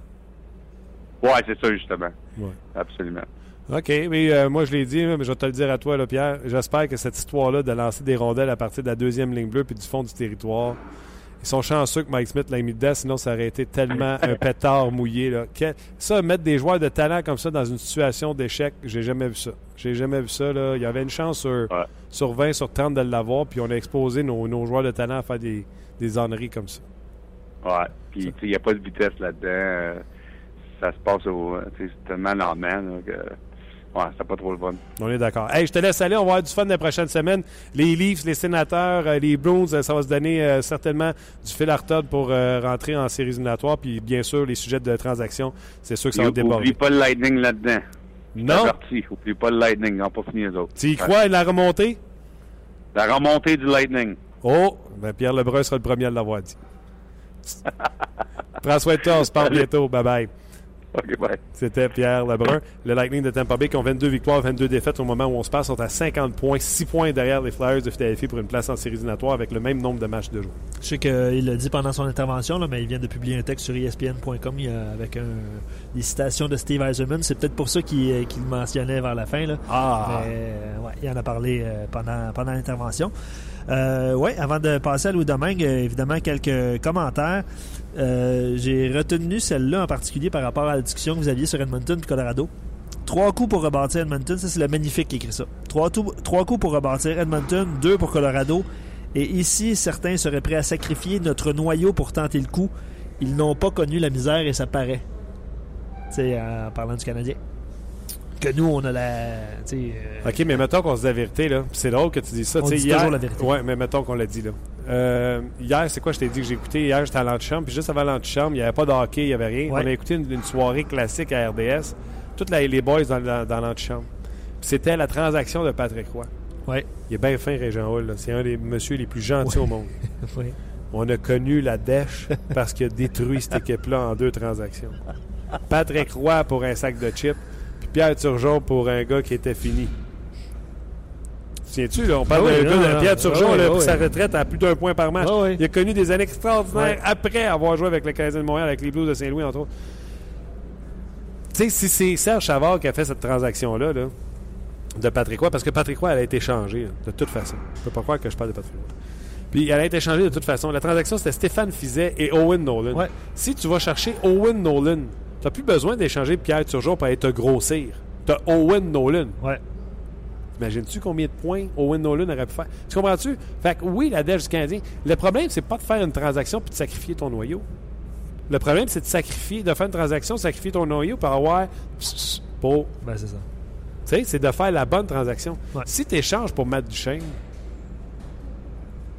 Oui, c'est ça, justement. Ouais. Absolument. OK, mais euh, moi, je l'ai dit, là, mais je vais te le dire à toi, là, Pierre. J'espère que cette histoire-là de lancer des rondelles à partir de la deuxième ligne bleue puis du fond du territoire, ils sont chanceux que Mike Smith l'ait mis dedans, sinon ça aurait été tellement un pétard mouillé. Là. Ça, mettre des joueurs de talent comme ça dans une situation d'échec, j'ai jamais vu ça. J'ai jamais vu ça. Là. Il y avait une chance sur, ouais. sur vingt, sur trente de l'avoir, puis on a exposé nos, nos joueurs de talent à faire des, des âneries comme ça. Ouais, puis il n'y a pas de vitesse là-dedans. Euh, ça se passe au, c'est tellement lentement là, que... Ouais, c'est pas trop le fun. On est d'accord. Hey, je te laisse aller. On va avoir du fun les prochaines semaines. Les Leafs, les Sénateurs, euh, les Bruins, euh, ça va se donner euh, certainement du fil à retordre pour euh, rentrer en séries éliminatoires. Puis, bien sûr, les sujets de transaction, c'est sûr que ça va déborder. Oublie pas le Lightning là-dedans. Non. Parti. Oublie pas le Lightning. Ils n'ont pas fini les autres. Tu y crois, ouais. La remontée? La remontée du Lightning. Oh, ben Pierre Lebrun sera le premier à l'avoir dit. Prends soin de toi. On se parle bientôt. Bye-bye. Okay, bye. C'était Pierre Lebrun. Le Lightning de Tampa Bay qui ont vingt-deux victoires, vingt-deux défaites au moment où on se passe, sont à cinquante points, six points derrière les Flyers de Philadelphie pour une place en séries éliminatoires avec le même nombre de matchs de jouer. Je sais qu'il l'a dit pendant son intervention, là, mais il vient de publier un texte sur E S P N point com avec un, des citations de Steve Yzerman. C'est peut-être pour ça qu'il, qu'il le mentionnait vers la fin. Là. Ah! Mais, euh, ouais, il en a parlé euh, pendant, pendant l'intervention. Euh, oui, avant de passer à Louis Domingue, euh, évidemment, quelques commentaires. Euh, j'ai retenu celle-là en particulier par rapport à la discussion que vous aviez sur Edmonton et Colorado. Trois coups pour rebâtir Edmonton, ça c'est le Magnifique qui écrit ça. Trois, tout, trois coups pour rebâtir Edmonton, deux pour Colorado. Et ici, certains seraient prêts à sacrifier notre noyau pour tenter le coup. Ils n'ont pas connu la misère et ça paraît. Tu sais, en parlant du Canadien. Que nous, on a la... Euh, OK, mais mettons qu'on se dit la vérité, là. C'est drôle que tu dis ça. On dit hier, toujours la vérité. Oui, mais mettons qu'on l'a dit, là. Euh, hier, c'est quoi je t'ai dit que j'ai écouté? Hier, j'étais à l'antichambre, puis juste avant l'antichambre, il n'y avait pas de hockey, il n'y avait rien. Ouais. On a écouté une, une soirée classique à R D S. Tous les boys dans, dans, dans l'antichambre. Puis c'était la transaction de Patrick Roy. Oui. Il est bien fin, Régent Hall. Là. C'est un des messieurs les plus gentils ouais. au monde. Oui. On a connu la dèche parce qu'il a détruit cette équipe-là en deux transactions. Patrick Roy pour un sac de chips, puis Pierre Turgeon pour un gars qui était fini. Tiens-tu, là, on parle ah oui, d'un gars de Pierre Turgeon, ah oui, là, ah oui. Sa retraite à plus d'un point par match. Ah oui. Il a connu des années extraordinaires ouais. après avoir joué avec le Canadien de Montréal, avec les Blues de Saint-Louis, entre autres. Tu sais, si c'est Serge Chavard qui a fait cette transaction-là, là, de Patrick Roy, parce que Patrick Roy, elle a été changée, là, de toute façon. Je ne peux pas croire que je parle de Patrick Roy. Puis elle a été changée de toute façon. La transaction, c'était Stéphane Fiset et Owen Nolan. Ouais. Si tu vas chercher Owen Nolan, tu n'as plus besoin d'échanger Pierre Turgeon pour aller te grossir. Tu as Owen Nolan. Ouais. Imagines-tu combien de points Owen Nolan aurait pu faire? Tu comprends-tu? Fait que oui, la dèche du Canadien. Le problème, c'est pas de faire une transaction puis de sacrifier ton noyau. Le problème, c'est de sacrifier, de faire une transaction, sacrifier ton noyau pour avoir pour. Ben, c'est ça. Tu sais, c'est de faire la bonne transaction. Ouais. Si tu échanges pour Matt Duchesne,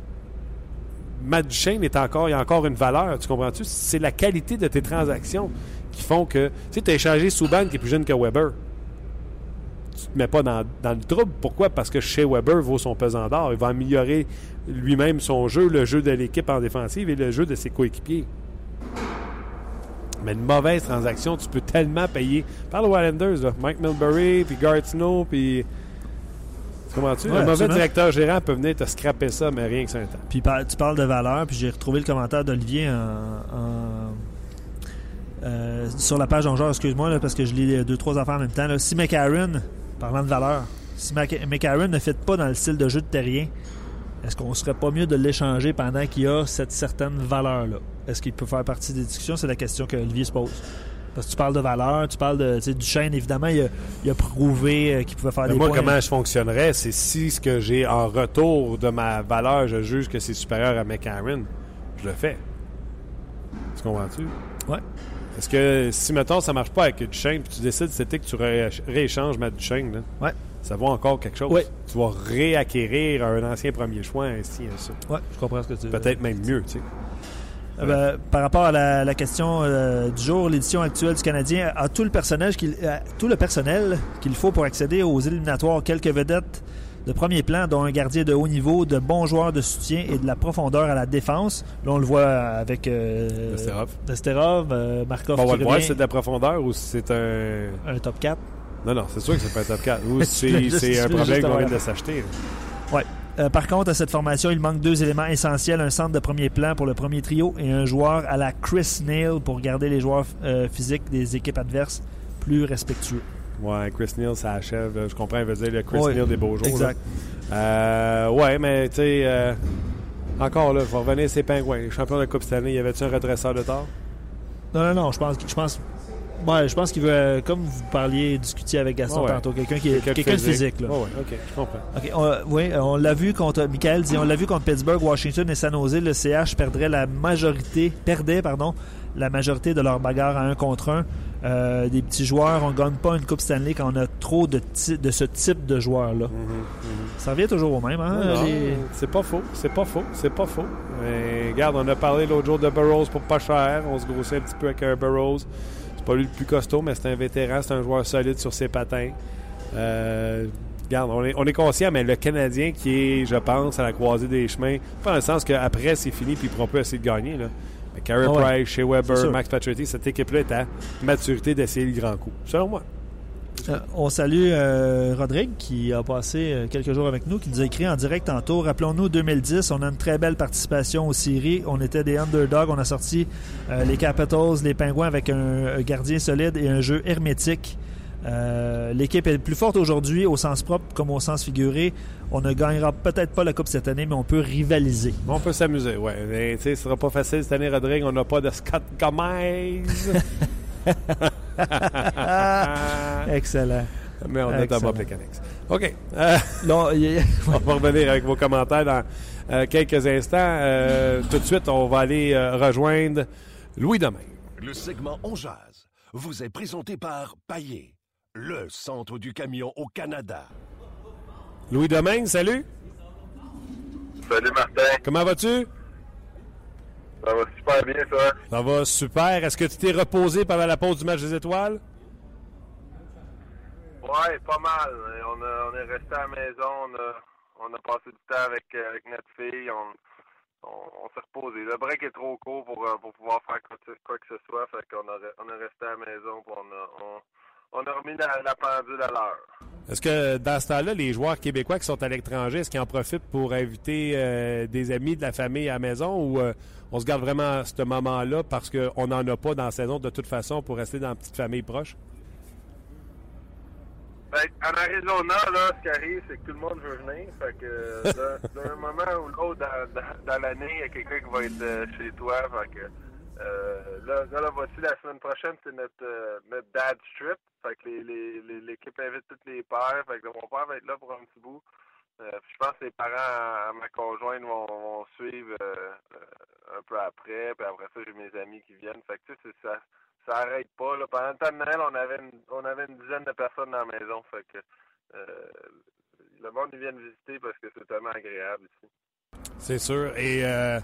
Matt Duchene est encore, il y a encore une valeur, tu comprends-tu? C'est la qualité de tes transactions qui font que, tu sais, tu as échangé Subban qui est plus jeune que Weber. Tu te mets pas dans, dans le trouble. Pourquoi? Parce que chez Weber vaut son pesant d'or. Il va améliorer lui-même son jeu, le jeu de l'équipe en défensive et le jeu de ses coéquipiers. Mais une mauvaise transaction, tu peux tellement payer. Parle aux Islanders, là. Mike Milbury, puis Garth Snow, puis... Comment-tu? Ouais, un mauvais absolument. directeur gérant peut venir te scraper ça, mais rien que ça un temps. Puis par- tu parles de valeur, puis j'ai retrouvé le commentaire d'Olivier en, en- euh, sur la page d'Ongeur, excuse-moi, là, parce que je lis deux, trois affaires en même temps. Là. Si McCarron, parlant de valeur, si Mac- McCarron ne fit pas dans le style de jeu de Terrien, est-ce qu'on serait pas mieux de l'échanger pendant qu'il a cette certaine valeur-là? Est-ce qu'il peut faire partie des discussions? C'est la question que Olivier se pose. Parce que tu parles de valeur, tu parles de Duchesne, évidemment, il a, il a prouvé euh, qu'il pouvait faire Mais des moi, points. comment je fonctionnerais, c'est si ce que j'ai en retour de ma valeur, je juge que c'est supérieur à McCarron, je le fais. Tu comprends-tu? Ouais. Est-ce que si, mettons, ça marche pas avec Duchesne, puis tu décides c'était que tu ré- rééchanges Matt Duchesne, là, Ouais. ça vaut encore quelque chose. Ouais. Tu vas réacquérir un ancien premier choix, ainsi, ainsi. Ouais, je comprends ce que tu veux. Peut-être même mieux, tu sais. Euh, ben, par rapport à la, la question euh, du jour, l'édition actuelle du Canadien a tout le personnel qu'il, a tout le personnel qu'il faut pour accéder aux éliminatoires. Quelques vedettes de premier plan, dont un gardien de haut niveau, de bons joueurs de soutien et de la profondeur à la défense. Là, on le voit avec euh, Nesterov. Nesterov, euh, Markov Bon, on va qui le voir revient, si c'est de la profondeur ou si c'est un... un top quatre. Non, non, c'est sûr que c'est pas un top quatre. Ou si voulais juste- c'est je un voulais problème juste qu'on vient avoir- de s'acheter. là. Ouais. Euh, par contre, à cette formation, il manque deux éléments essentiels. Un centre de premier plan pour le premier trio et un joueur à la Chris Neil pour garder les joueurs euh, physiques des équipes adverses plus respectueux. Ouais, Chris Neal, ça achève. là. Je comprends, il veut dire le Chris Ouais, Neal des beaux jours. exact. là. Euh, ouais, mais tu sais, euh, encore là, il faut revenir à ces Pingouins. Les champions de la Coupe cette année, y avait-tu un redresseur de tort? Non, non, non, je pense, que- je pense, ouais, je pense qu'il veut, euh, comme vous parliez, discuter avec Gaston Ouais, ouais. tantôt, quelqu'un qui est quelqu'un de physique. Là. Ouais, ouais, ok, je comprends. Ok, on, oui, on l'a vu contre, Michael dit, on l'a vu contre Pittsburgh, Washington et San Jose, le C H perdrait la majorité, perdait, pardon, la majorité de leur bagarre à un contre un. Euh, des petits joueurs, on ne gagne pas une Coupe Stanley quand on a trop de, ti- de ce type de joueurs-là. Ça revient toujours au même, hein? Non, non, les- c'est pas faux, c'est pas faux, c'est pas faux. Mais, regarde, on a parlé l'autre jour de Burroughs pour pas cher. On se grossait un petit peu avec un Burroughs. C'est pas lui le plus costaud, mais c'est un vétéran, c'est un joueur solide sur ses patins. Euh, regarde, on est, on est conscient, mais le Canadien qui est, je pense, à la croisée des chemins, pas dans le sens qu'après c'est fini puis il ne pourra plus essayer de gagner. Là. Mais Carey Ah ouais. Price, Shea C'est Weber, sûr. Max Pacioretty, cette équipe-là est à maturité d'essayer le grand coup. Selon moi. Euh, on salue euh, Rodrigue qui a passé euh, quelques jours avec nous, qui nous a écrit en direct tantôt. Rappelons-nous, deux mille dix, on a une très belle participation aux séries. On était des underdogs. On a sorti euh, les Capitals, les Pingouins avec un, un gardien solide et un jeu hermétique. Euh, l'équipe est plus forte aujourd'hui au sens propre comme au sens figuré. On ne gagnera peut-être pas la Coupe cette année, mais on peut rivaliser. On peut s'amuser, ouais. Mais tu sais, ce sera pas facile cette année, Rodrigue. On n'a pas de Scott Gomez. Excellent. Mais on a Excellent. Thomas Plekanec. OK. Euh, Là, il y a- on va revenir avec vos commentaires dans euh, quelques instants. Euh, tout de suite, on va aller euh, rejoindre Louis Domingue. Le segment On Jase vous est présenté par Paillé, le centre du camion au Canada. Louis Domingue, salut. Salut Martin, Comment vas-tu? ça va super bien ça. Ça va super. Est-ce que tu t'es reposé pendant la pause du match des étoiles? Ouais, pas mal. On, a, on est resté à la maison, on a, on a passé du temps avec, euh, avec notre fille, on, on, on s'est reposé. Le break est trop court pour, euh, pour pouvoir faire quoi, quoi que ce soit, fait qu'on a, on est resté à la maison, puis on a, on, on a remis la, la pendule à l'heure. Est-ce que dans ce temps-là, les joueurs québécois qui sont à l'étranger, est-ce qu'ils en profitent pour inviter euh, des amis de la famille à la maison ou euh, on se garde vraiment à ce moment-là parce qu'on n'en a pas dans la saison de toute façon pour rester dans une petite famille proche? Ben, en Arizona, là, ce qui arrive, c'est que tout le monde veut venir. Fait que euh, d'un, d'un moment ou l'autre dans, dans, dans l'année, il y a quelqu'un qui va être euh, chez toi. Fait que euh, là, là, là, voici la semaine prochaine, c'est notre euh, notre dad trip. Fait que les, les, les, l'équipe invite tous les pères. Fait que mon père va être là pour un petit bout. Euh, puis je pense que les parents à, à ma conjointe vont, vont suivre euh, euh, un peu après. Puis après ça, j'ai mes amis qui viennent. Fait que tu sais, c'est ça. Ça arrête pas. Là. Pendant le temps de Noël, on avait une, on avait une dizaine de personnes dans la maison. Fait que euh, le monde ils viennent visiter parce que c'est tellement agréable ici. C'est sûr. Et euh,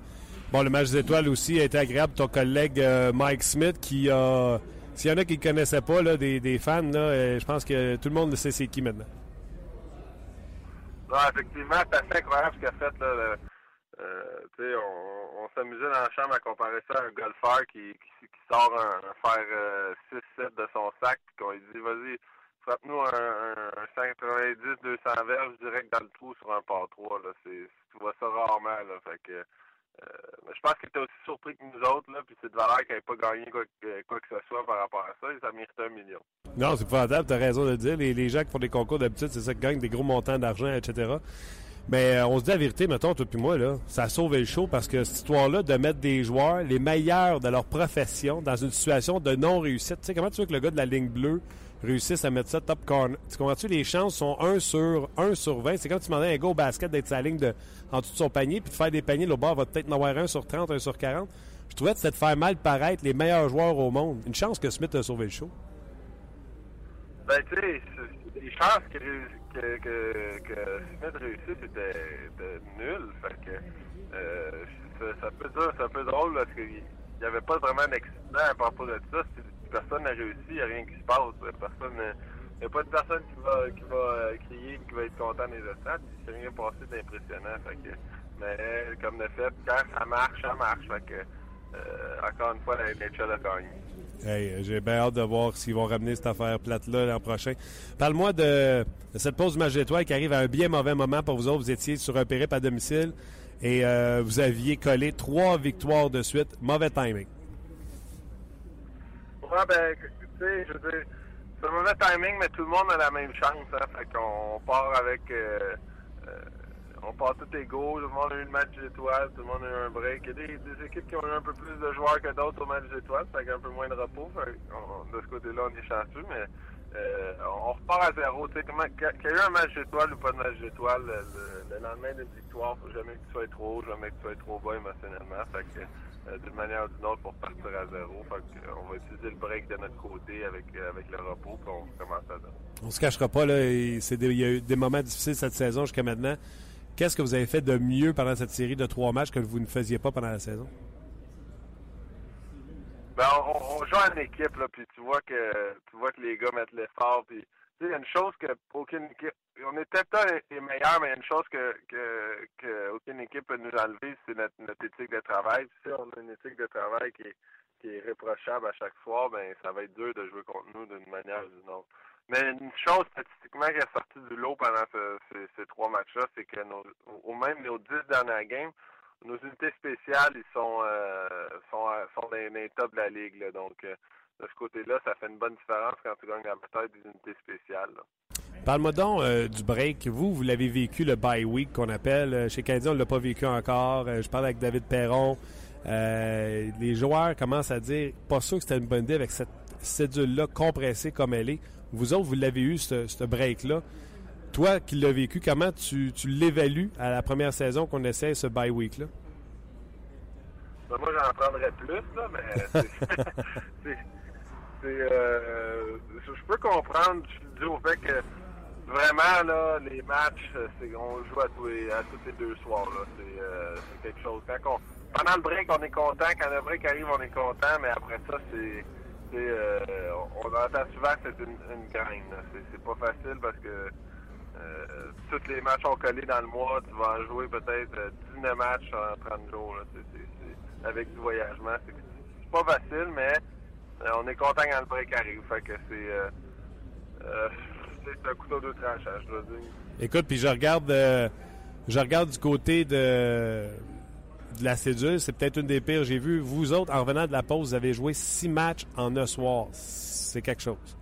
Bon, le match des étoiles aussi a été agréable. Ton collègue euh, Mike Smith, qui a... S'il y en a qui ne connaissaient pas, là, des, des fans, là, euh, je pense que tout le monde sait c'est qui maintenant. Non, effectivement, c'est assez incroyable ce qu'il a fait. Là, le, euh, on, on s'amusait dans la chambre à comparer ça à un golfeur qui, qui, qui sort un, un fer euh, six sept de son sac, puis qu'on lui dit, vas-y, frappe-nous un, un, un cent quatre-vingt-dix deux cents verges direct dans le trou sur un par trois. Là. C'est, tu vois ça rarement. Là, fait que, euh, je pense qu'il était aussi surpris que nous autres, là, puis c'est de valeur qu'il n'avait pas gagné quoi, quoi que ce soit par rapport à ça, et ça méritait un million. Non, c'est épouvantable, tu as raison de le dire. Les, les gens qui font des concours d'habitude, c'est ça qui gagnent des gros montants d'argent, et cetera. Mais euh, on se dit la vérité, mettons, toi puis moi, là, ça a sauvé le show parce que cette histoire-là de mettre des joueurs, les meilleurs de leur profession, dans une situation de non-réussite. Tu sais, comment tu veux que le gars de la ligne bleue réussisse à mettre ça top corner? Tu comprends-tu? Les chances sont un sur vingt. C'est comme si tu demandais à un gars au basket d'être sa ligne de, en dessous de son panier, puis de faire des paniers, le bord va peut-être en avoir un sur trente, un sur quarante. Je trouvais que c'était de faire mal paraître les meilleurs joueurs au monde. Une chance que Smith a sauvé le show. Ben, tu sais, les chances que, que, que, que Smith réussisse étaient nulles. Fait que, euh, ça, ça, peut dire, c'est un peu drôle parce qu'il n'y avait pas vraiment d'accident à propos de ça. Si personne n'a réussi, il n'y a rien qui se passe. Personne, il n'y a pas de personne qui va, qui va crier, qui va être content des stades. Il s'est rien passé d'impressionnant. Fait que, mais comme de fait, quand ça marche, ça marche. Fait que, euh, encore une fois, la N H L a gagné. Hey, j'ai bien hâte de voir s'ils vont ramener cette affaire plate-là l'an prochain. Parle-moi de, de cette pause du match d'étoiles qui arrive à un bien mauvais moment pour vous autres. Vous étiez sur un périple à domicile et euh, vous aviez collé trois victoires de suite. Mauvais timing. Ouais, ben, tu sais, je veux dire, c'est un mauvais timing, mais tout le monde a la même chance. Hein, fait qu'on part avec... Euh, euh, on part tout égaux, tout le monde a eu le match d'étoiles, tout le monde a eu un break. Il y a des, des équipes qui ont eu un peu plus de joueurs que d'autres au match d'étoiles, fait un peu moins de repos. Fait on, de ce côté-là, on est chanceux, mais euh, on repart à zéro. Tu sais, comment, qu'il y ait eu un match d'étoiles ou pas de match d'étoiles, le, le, le lendemain d'une victoire, il faut jamais que tu sois trop haut, jamais que tu sois trop bas émotionnellement. Fait que, euh, d'une manière ou d'une autre, pour partir à zéro, fait que, euh, on va utiliser le break de notre côté avec, euh, avec le repos, puis on recommence à zéro. On se cachera pas, là, c'est des, il y a eu des moments difficiles cette saison jusqu'à maintenant. Qu'est-ce que vous avez fait de mieux pendant cette série de trois matchs que vous ne faisiez pas pendant la saison? Ben, on, on joue en équipe, là, puis tu vois que tu vois que les gars mettent l'effort, puis tu sais, il y a une chose que aucune équipe, on est peut-être les meilleurs, mais il y a une chose que, que, que aucune équipe peut nous enlever, c'est notre, notre éthique de travail. Tu sais, on a une éthique de travail qui est, qui est réprochable à chaque soir, ben ça va être dur de jouer contre nous d'une manière ou d'une autre. Mais une chose statistiquement qui est sortie du lot pendant ce, ces, ces trois matchs-là, c'est que nos, au même nos dix dernières games, nos unités spéciales, ils sont euh, sont, sont dans les tops de la ligue. Là. Donc, euh, de ce côté-là, ça fait une bonne différence quand tu gagnes la bataille des unités spéciales. Là. Parle-moi donc euh, du break. Vous, vous l'avez vécu, le bye week qu'on appelle. Chez Canadien, on ne l'a pas vécu encore. Euh, je parle avec David Perron. Euh, les joueurs commencent à dire, pas sûr que c'était une bonne idée avec cette cédule-là compressée comme elle est. Vous autres, vous l'avez eu, ce, ce break-là. Toi qui l'as vécu, comment tu, tu l'évalues à la première saison qu'on essaie ce bye week-là? Ben, moi, j'en prendrais plus, là, mais c'est, c'est, c'est, euh, je peux comprendre dû au fait que vraiment, là, les matchs, c'est, on joue à tous les, à tous les deux soirs. Là. C'est, euh, c'est quelque chose. Quand on, pendant le break, on est content. Quand le break arrive, on est content, mais après ça, c'est... Euh, on entend souvent que c'est une, une graine. C'est, c'est pas facile parce que euh, tous les matchs sont collés dans le mois. Tu vas en jouer peut-être dix-neuf matchs en trente jours. Là. C'est, c'est, c'est, avec du voyagement. C'est, c'est pas facile, mais euh, on est content quand le break arrive. Fait que c'est, euh, euh, c'est un couteau de tranchant, je dois dire. Écoute, puis je regarde, euh, je regarde du côté de... de la cédule, c'est peut-être une des pires. J'ai vu, vous autres, en revenant de la pause, vous avez joué six matchs en neuf soirs. C'est quelque chose.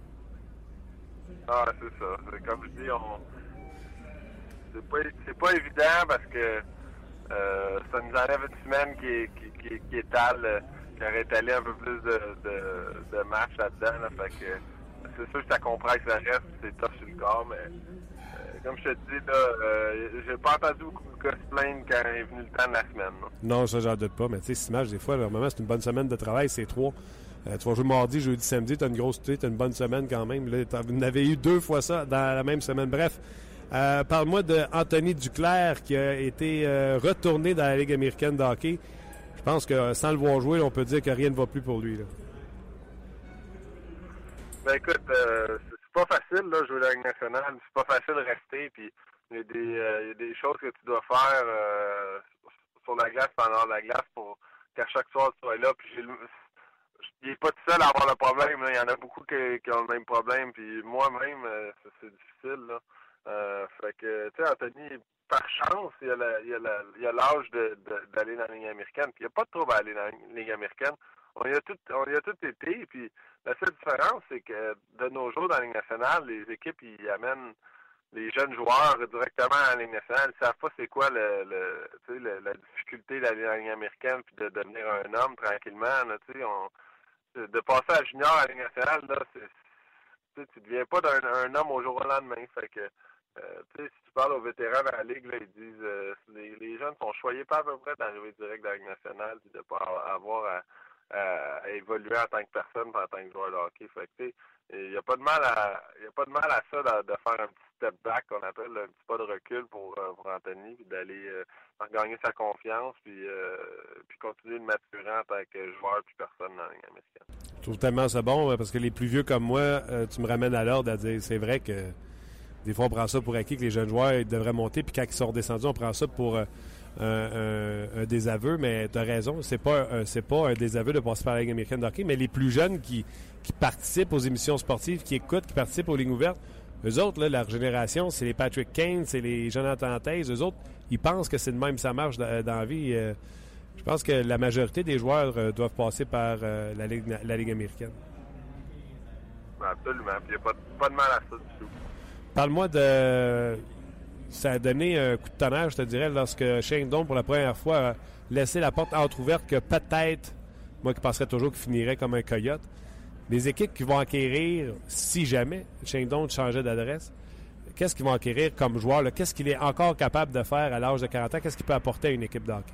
Ah, c'est ça. C'est, comme je dis, on... c'est, pas, c'est pas évident parce que euh, ça nous enlève une semaine qui, est, qui, qui, qui étale, qui aurait étalé un peu plus de, de, de matchs là-dedans. Là, fait que c'est sûr que ça compresse le reste, c'est tough sur le corps, mais euh, comme je te dis, là, euh, j'ai pas entendu beaucoup de gars se plaindre quand est venu le temps de la semaine. Là. Non, ça, j'en doute pas, mais tu sais, six matchs, des fois, normalement, c'est une bonne semaine de travail, c'est trois. Euh, tu vas jouer mardi, jeudi, samedi, tu as une grosse, tu as une bonne semaine quand même. Là, vous en avez eu deux fois ça dans la même semaine. Bref, euh, parle-moi de Anthony Duclair qui a été euh, retourné dans la Ligue américaine de hockey. je pense que sans le voir jouer, on peut dire que rien ne va plus pour lui. Là. Ben écoute, euh, c'est pas facile là, jouer la Ligue nationale. C'est pas facile de rester. Puis il y a des, euh, il y a des choses que tu dois faire euh, sur la glace, pendant la glace, pour qu'à chaque soir tu sois là. Puis j'ai le, il n'est pas tout seul à avoir le problème. Là. Il y en a beaucoup qui, qui ont le même problème. Puis moi-même, euh, c'est, c'est difficile. Là. Euh, fait que, tu sais, Anthony, par chance, il y a, la, il y a, la, il y a l'âge de, de, d'aller dans la Ligue américaine. Puis il n'y a pas de trouble à aller dans la Ligue américaine. On y a tout, on y a tout été. Puis la seule différence, c'est que de nos jours, dans la Ligue nationale, les équipes, ils amènent les jeunes joueurs directement à la Ligue nationale. Ils ne savent pas c'est quoi le, le, tu sais, le, la difficulté d'aller dans la Ligue américaine puis de devenir un homme tranquillement. Là, tu sais, on, de passer à junior à la Ligue nationale, là, c'est, tu ne deviens pas d'un, un homme au jour au lendemain. Fait que, euh, tu sais, si tu parles aux vétérans de la Ligue, là, ils disent euh, les, les jeunes sont choyés pas à peu près d'arriver direct dans la Ligue nationale et de ne pas avoir à, à, à évoluer en tant que personne en tant que joueur de hockey. Fait que, tu sais, il n'y a pas de mal à il y a pas de mal à ça de, de faire un petit step back qu'on appelle un petit pas de recul pour, pour Anthony, puis d'aller euh, regagner sa confiance, puis, euh, puis continuer de maturer en tant que joueur puis personne dans la Ligue américaine. Je trouve tellement ça bon parce que les plus vieux comme moi, euh, tu me ramènes à l'ordre à dire c'est vrai que des fois on prend ça pour acquis que les jeunes joueurs ils devraient monter, puis quand ils sont redescendus, on prend ça pour euh, un, un, un désaveu, mais tu as raison, c'est pas un, c'est pas un désaveu de passer par la Ligue américaine de hockey, mais les plus jeunes qui qui participent aux émissions sportives, qui écoutent, qui participent aux lignes ouvertes, eux autres, là, leur génération, c'est les Patrick Kane, c'est les Jonathan Toews, eux autres, ils pensent que c'est de même ça marche dans, dans la vie. Euh, je pense que la majorité des joueurs euh, doivent passer par euh, la, Ligue, la Ligue américaine. Absolument, puis il n'y a pas, pas de mal à ça du tout. Parle-moi de... Ça a donné un coup de tonnerre, je te dirais, lorsque Shane Doan, pour la première fois, a laissé la porte entrouverte que peut-être, moi qui penserais toujours qu'il finirait comme un coyote, les équipes qui vont acquérir, si jamais Shane Doan changeait d'adresse, qu'est-ce qu'ils vont acquérir comme joueur? Là? Qu'est-ce qu'il est encore capable de faire à l'âge de quarante ans? Qu'est-ce qu'il peut apporter à une équipe de hockey?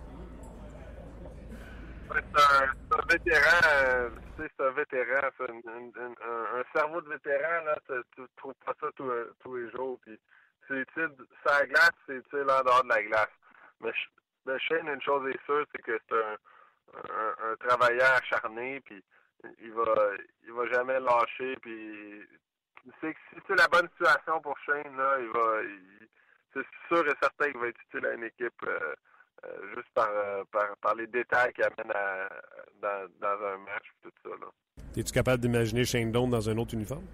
C'est un, c'est un vétéran, euh, tu sais, c'est un vétéran, c'est un, un, un, un cerveau de vétéran, là, tu ne trouves pas ça tous, tous les jours. Puis c'est utile sur la glace, c'est utile en dehors de la glace. Mais, mais Shane, une chose est sûre, c'est que c'est un, un, un travailleur acharné, puis il va il va jamais lâcher, puis c'est que si c'est la bonne situation pour Shane, là, il va il, c'est sûr et certain qu'il va être utile à une équipe euh, euh, juste par, euh, par par les détails qu'il amène à, dans, dans un match tout ça. Là. Es-tu capable d'imaginer Shane Doan dans un autre uniforme?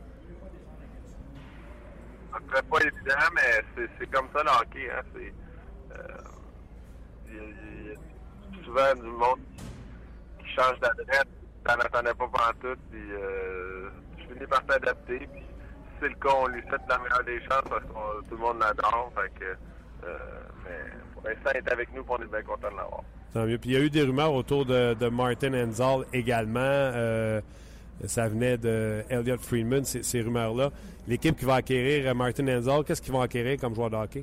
Ça serait pas évident, mais c'est, c'est comme ça le hockey, hein. C'est euh, il, il, il y a souvent du monde qui change d'adresse. T'en attendais pas pantoute, puis euh, je finis par t'adapter, puis si c'est le cas, on lui souhaite la meilleure des chances parce que tout le monde l'adore, fait que, euh, mais pour l'instant, il est avec nous, puis on est bien content de l'avoir. Tant mieux. Puis il y a eu des rumeurs autour de, de Martin Enzal également, euh, ça venait de Elliot Friedman, ces, ces rumeurs-là. L'équipe qui va acquérir Martin Enzal, qu'est-ce qu'ils vont acquérir comme joueur de hockey?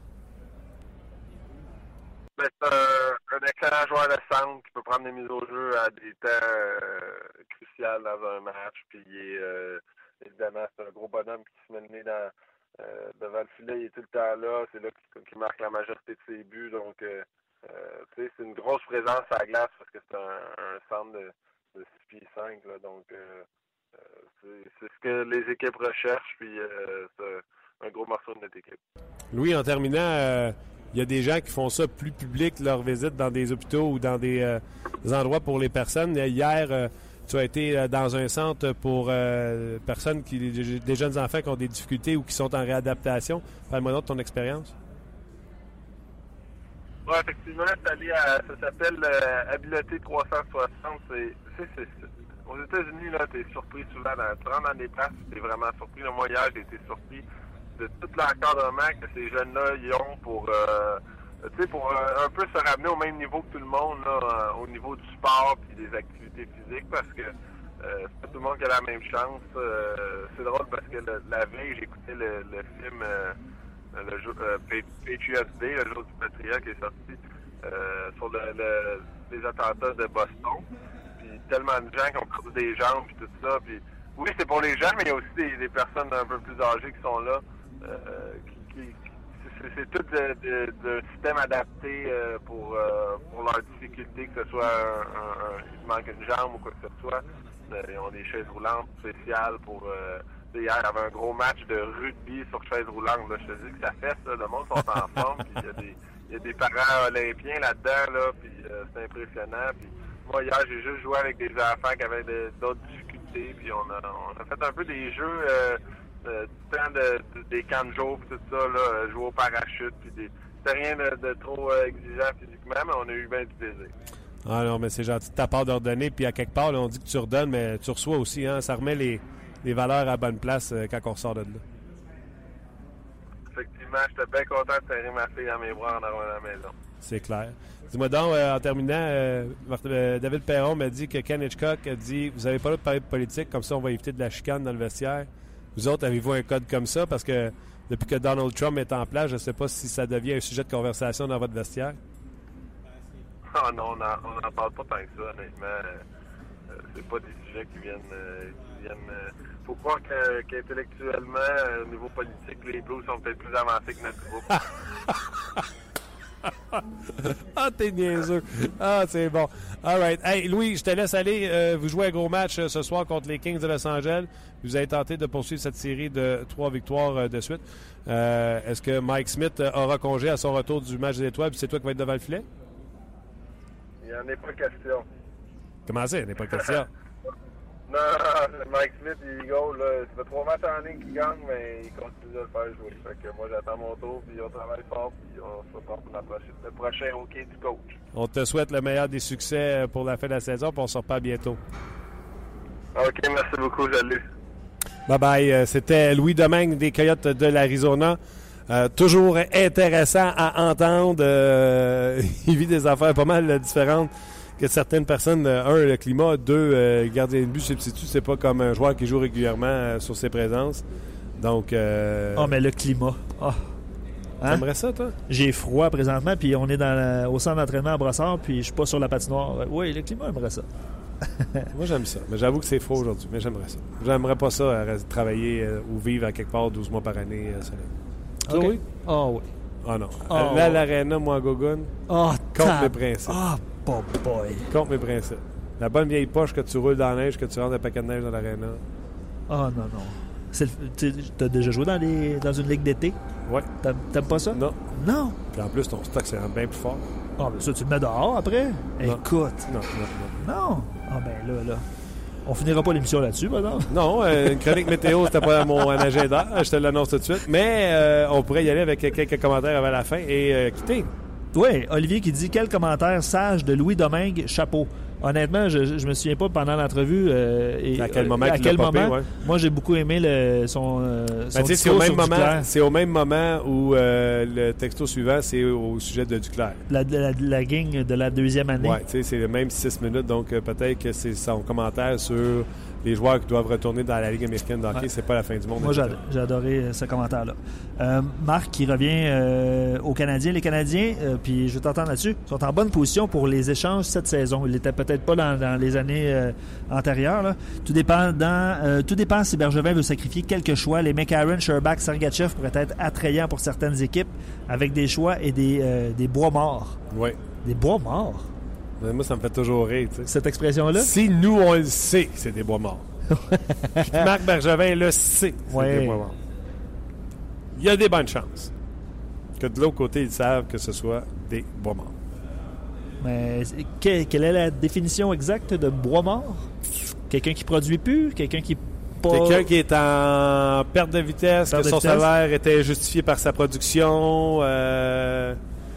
Ben, c'est un, un excellent joueur de centre qui peut prendre des mises au jeu à des temps euh, cruciaux dans un match. Puis il est, euh, évidemment, c'est un gros bonhomme qui se met le nez dans, euh, devant le filet. Il est tout le temps là. C'est là qu'il, qu'il marque la majorité de ses buts. Donc, euh, euh, tu sais, c'est une grosse présence à la glace parce que c'est un, un centre de, de six pieds cinq. Là, donc, euh, euh, c'est, c'est ce que les équipes recherchent. Puis euh, c'est un gros morceau de notre équipe. Louis, en terminant... Euh... Il y a des gens qui font ça plus public, leur visite dans des hôpitaux ou dans des, euh, des endroits pour les personnes. Hier, euh, tu as été euh, dans un centre pour euh, personnes, qui, des jeunes enfants qui ont des difficultés ou qui sont en réadaptation. Parle-moi donc de ton expérience. Oui, effectivement, c'est allé à, ça s'appelle euh, Habileté trois cent soixante. C'est, c'est, c'est, c'est, aux États-Unis, là, t'es surpris souvent. Dans, tu rentres dans des places, t'es vraiment surpris. Là, moi, hier, j'ai été surpris de tout l'encadrement que ces jeunes-là y ont pour, euh, tu sais, pour euh, un peu se ramener au même niveau que tout le monde, là, euh, au niveau du sport et des activités physiques, parce que euh, c'est pas tout le monde qui a la même chance. Euh, c'est drôle parce que le, la veille, j'écoutais le, le film euh, le jour, euh, Patriots Day, le jour du Patriot qui est sorti euh, sur le, le, les attentats de Boston. Puis tellement de gens qui ont perdu des jambes et tout ça. Puis oui, c'est pour les jeunes, mais il y a aussi des, des personnes un peu plus âgées qui sont là. Euh, qui, qui, c'est, c'est tout de, de, de système adapté euh, pour, euh, pour leurs difficultés, que ce soit un, un, un, il manque une jambe ou quoi que ce soit. Euh, ils ont des chaises roulantes spéciales pour... Euh, hier, il y avait un gros match de rugby sur chaise roulante. Là. Je te dis que ça fait ça. Le monde sont en forme. Puis il y a des, il y a des parents olympiens là-dedans. Là, puis euh, c'est impressionnant. Puis moi, hier, j'ai juste joué avec des enfants qui avaient de, d'autres difficultés. Puis on a, on a fait un peu des jeux... Euh, Euh, du temps de, de, des camps de jour tout ça, là, euh, jouer au parachute, puis des... c'était rien de, de trop euh, exigeant physiquement, mais on a eu bien du plaisir. Ah non, mais c'est gentil de ta part d'ordonner, puis à quelque part, là, on dit que tu redonnes, mais tu reçois aussi, hein, ça remet les, les valeurs à la bonne place euh, quand on sort de là. Effectivement, j'étais bien content de serrer ma fille à mes bras en arrivant à la maison. C'est clair. Dis-moi donc, euh, en terminant, euh, Martin, euh, David Perron m'a dit que Ken Hitchcock a dit « Vous n'avez pas le droit de parler de politique, comme ça on va éviter de la chicane dans le vestiaire. » Vous autres, avez-vous un code comme ça? Parce que depuis que Donald Trump est en place, je ne sais pas si ça devient un sujet de conversation dans votre vestiaire. Ah non, on n'en parle pas tant que ça, honnêtement. Euh, c'est pas des sujets qui viennent... Euh, qui viennent euh, faut croire que, qu'intellectuellement, euh, au niveau politique, les Blues sont peut-être plus avancés que notre groupe. Ah, t'es niaiseux. Ah, c'est bon. All right. Hey, Louis, je te laisse aller. Euh, vous jouez un gros match euh, ce soir contre les Kings de Los Angeles. Vous avez tenté de poursuivre cette série de trois victoires euh, de suite. Euh, est-ce que Mike Smith euh, aura congé à son retour du match des étoiles puis c'est toi qui vas être devant le filet? Il n'y en est pas question. Comment ça, il n'y en a pas question? Non, Mike Smith, il Eagle, là, ça fait trois matchs en ligne qu'il gagne, mais il continue de le faire jouer. Fait que moi, j'attends mon tour, puis on travaille fort, puis on se prépare pour la prochaine, le prochain hockey du coach. On te souhaite le meilleur des succès pour la fin de la saison, puis on se reparle bientôt. OK, merci beaucoup, salut. Bye-bye. C'était Louis Domingue des Coyotes de l'Arizona. Euh, toujours intéressant à entendre. Euh, il vit des affaires pas mal différentes que certaines personnes. Un, le climat. Deux, euh, gardien de but substitut. C'est pas comme un joueur qui joue régulièrement euh, sur ses présences. Donc... Euh... Oh, mais le climat. Oh. Hein? T'aimerais ça, toi? J'ai froid présentement, puis on est dans la, au centre d'entraînement à Brossard, puis je suis pas sur la patinoire. Oui, le climat aimerait ça. Moi, j'aime ça. Mais j'avoue que c'est froid aujourd'hui, mais j'aimerais ça. J'aimerais pas ça, euh, travailler euh, ou vivre à quelque part douze mois par année. Euh, okay. Oui? Oh oui. Oh non. Oh, là, à l'aréna, moi, à Gogun, oh, compte mes principes. Ah, oh, boy. Compte mes principes. La bonne vieille poche que tu roules dans la neige, que tu rentres un paquet de neige dans l'aréna. Oh non, non. Tu as déjà joué dans, les, dans une ligue d'été? Oui. T'aimes, t'aimes pas ça? Non. Non? Puis en plus, ton stock, c'est bien plus fort. Ah, oh, mais ça, tu le mets dehors après? Non. Écoute. Non, non, non. Non? Ah, ben là, là. On finira pas l'émission là-dessus, madame. Non, euh, une chronique météo, c'était pas mon agenda. Je te l'annonce tout de suite. Mais euh, on pourrait y aller avec quelques commentaires avant la fin et euh, quitter. Oui, Olivier qui dit « Quel commentaire sage de Louis Domingue, chapeau. » Honnêtement, je, je me souviens pas pendant l'entrevue. Euh, et, à quel moment euh, à quel moment. Popé, ouais. Moi, j'ai beaucoup aimé le, son, euh, son ben, discours c'est au, même sur moment, Duclair. c'est au même moment où euh, le texto suivant, c'est au sujet de Duclair. La, la, la gang de la deuxième année. Oui, c'est le même six minutes. Donc, euh, peut-être que c'est son commentaire sur les joueurs qui doivent retourner dans la Ligue américaine de hockey. Ouais. C'est pas la fin du monde. Moi, j'ai, j'ai adoré ce commentaire-là. Euh, Marc, qui revient euh, aux Canadiens. Les Canadiens, euh, puis je vais t'entendre là-dessus, sont en bonne position pour les échanges cette saison. Ils n'étaient peut-être pas dans, dans les années euh, antérieures. Là. Tout dépend dans, euh, tout dépend si Bergevin veut sacrifier quelques choix. Les McCarron, Sherbak, Sergachev pourraient être attrayants pour certaines équipes avec des choix et des, euh, des bois morts. Oui. Des bois morts? Mais moi, ça me fait toujours rire. T'sais. Cette expression-là? Si nous, on le sait, c'est des bois morts. Marc Bergevin le sait, c'est ouais. des bois morts. Il y a des bonnes chances que de l'autre côté, ils savent que ce soit des bois morts. Mais que, quelle est la définition exacte de bois mort? Quelqu'un qui produit plus? Quelqu'un qui... Pas... Quelqu'un qui est en perte de vitesse, perte que de son vitesse. Salaire était justifié par sa production. Euh...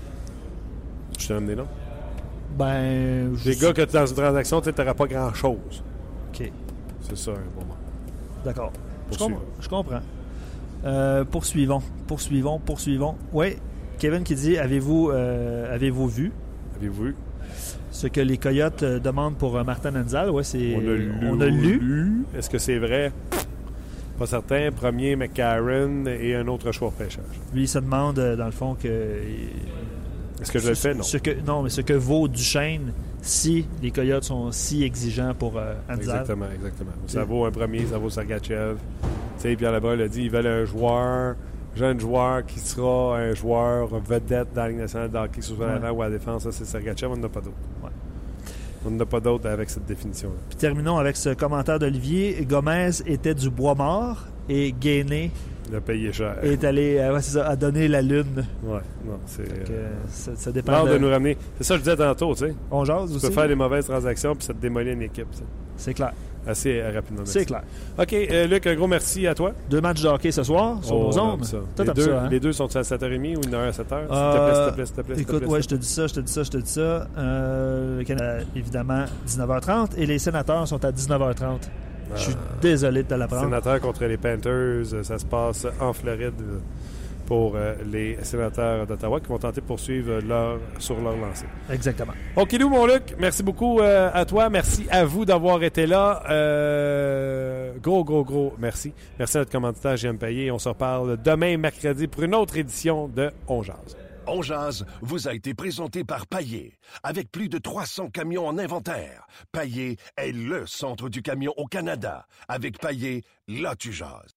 Je te donne des noms. Ben... Des gars que dans une transaction, tu n'auras pas grand-chose. OK. C'est ça, un bon moment. D'accord. Je comprends. Je comprends. Euh, poursuivons. Poursuivons. Poursuivons. Oui. Kevin qui dit, avez-vous, euh, avez-vous vu? Avez-vous vu? Ce que les Coyotes euh, demandent pour euh, Martin Hanzal. Ouais, c'est... On a lu. On a lu. lu. Est-ce que c'est vrai? Pas certain. Premier, McCarron et un autre choix au pêchage. Lui, il se demande, euh, dans le fond, que... Est-ce que je le fais? Non. Ce que, non, mais ce que vaut Duchesne si les Coyotes sont si exigeants pour euh, Hanzal. Exactement, exactement. Ça vaut un premier, ça vaut Sergachev. Tu sais, Pierre Lebrun l'a dit, ils veulent un joueur jeune joueur qui sera un joueur vedette dans la Ligue nationale de hockey, que ce soit à l'avant ou à la défense, ça c'est Sergachev, on n'en a pas d'autre. Ouais. On n'en a pas d'autre avec cette définition-là. Puis terminons avec ce commentaire d'Olivier. Gomez était du bois mort et Gainé il a payé cher. est allé euh, ouais, c'est ça, a donné la lune. Ouais, non, c'est. Que, euh, ça, ça dépend. L'art de... de nous ramener. C'est ça que je disais tantôt, tu sais. On jase tu aussi. peux faire des mauvaises transactions puis ça te démolit une équipe. Ça. C'est clair. Assez euh, rapidement. C'est clair. OK, euh, Luc, un gros merci à toi. Deux matchs de hockey ce soir sur Oh, nos ondes. ça. Toi, Les, deux, ça, hein? les deux sont à sept heures trente ou il y en a un à sept heures? Euh, S'il te plaît, s'il te plaît, s'il te plaît. Écoute, ouais, je te dis ça, je te dis ça, je te dis ça. Euh, le Canada, évidemment, dix-neuf heures trente et les sénateurs sont à dix-neuf heures trente. Ah. Je suis désolé de te l'apprendre. Sénateurs contre les Panthers, ça se passe en Floride pour euh, les sénateurs d'Ottawa qui vont tenter de poursuivre leur, sur leur lancée. Exactement. OK, nous, mon Luc, merci beaucoup euh, à toi. Merci à vous d'avoir été là. Euh, gros, gros, gros merci. Merci à notre commanditaire, J M Payet. On se reparle demain, mercredi, pour une autre édition de On Jase. On Jase vous a été présenté par Payet. Avec plus de trois cents camions en inventaire, Payet est le centre du camion au Canada. Avec Payet, là tu jases.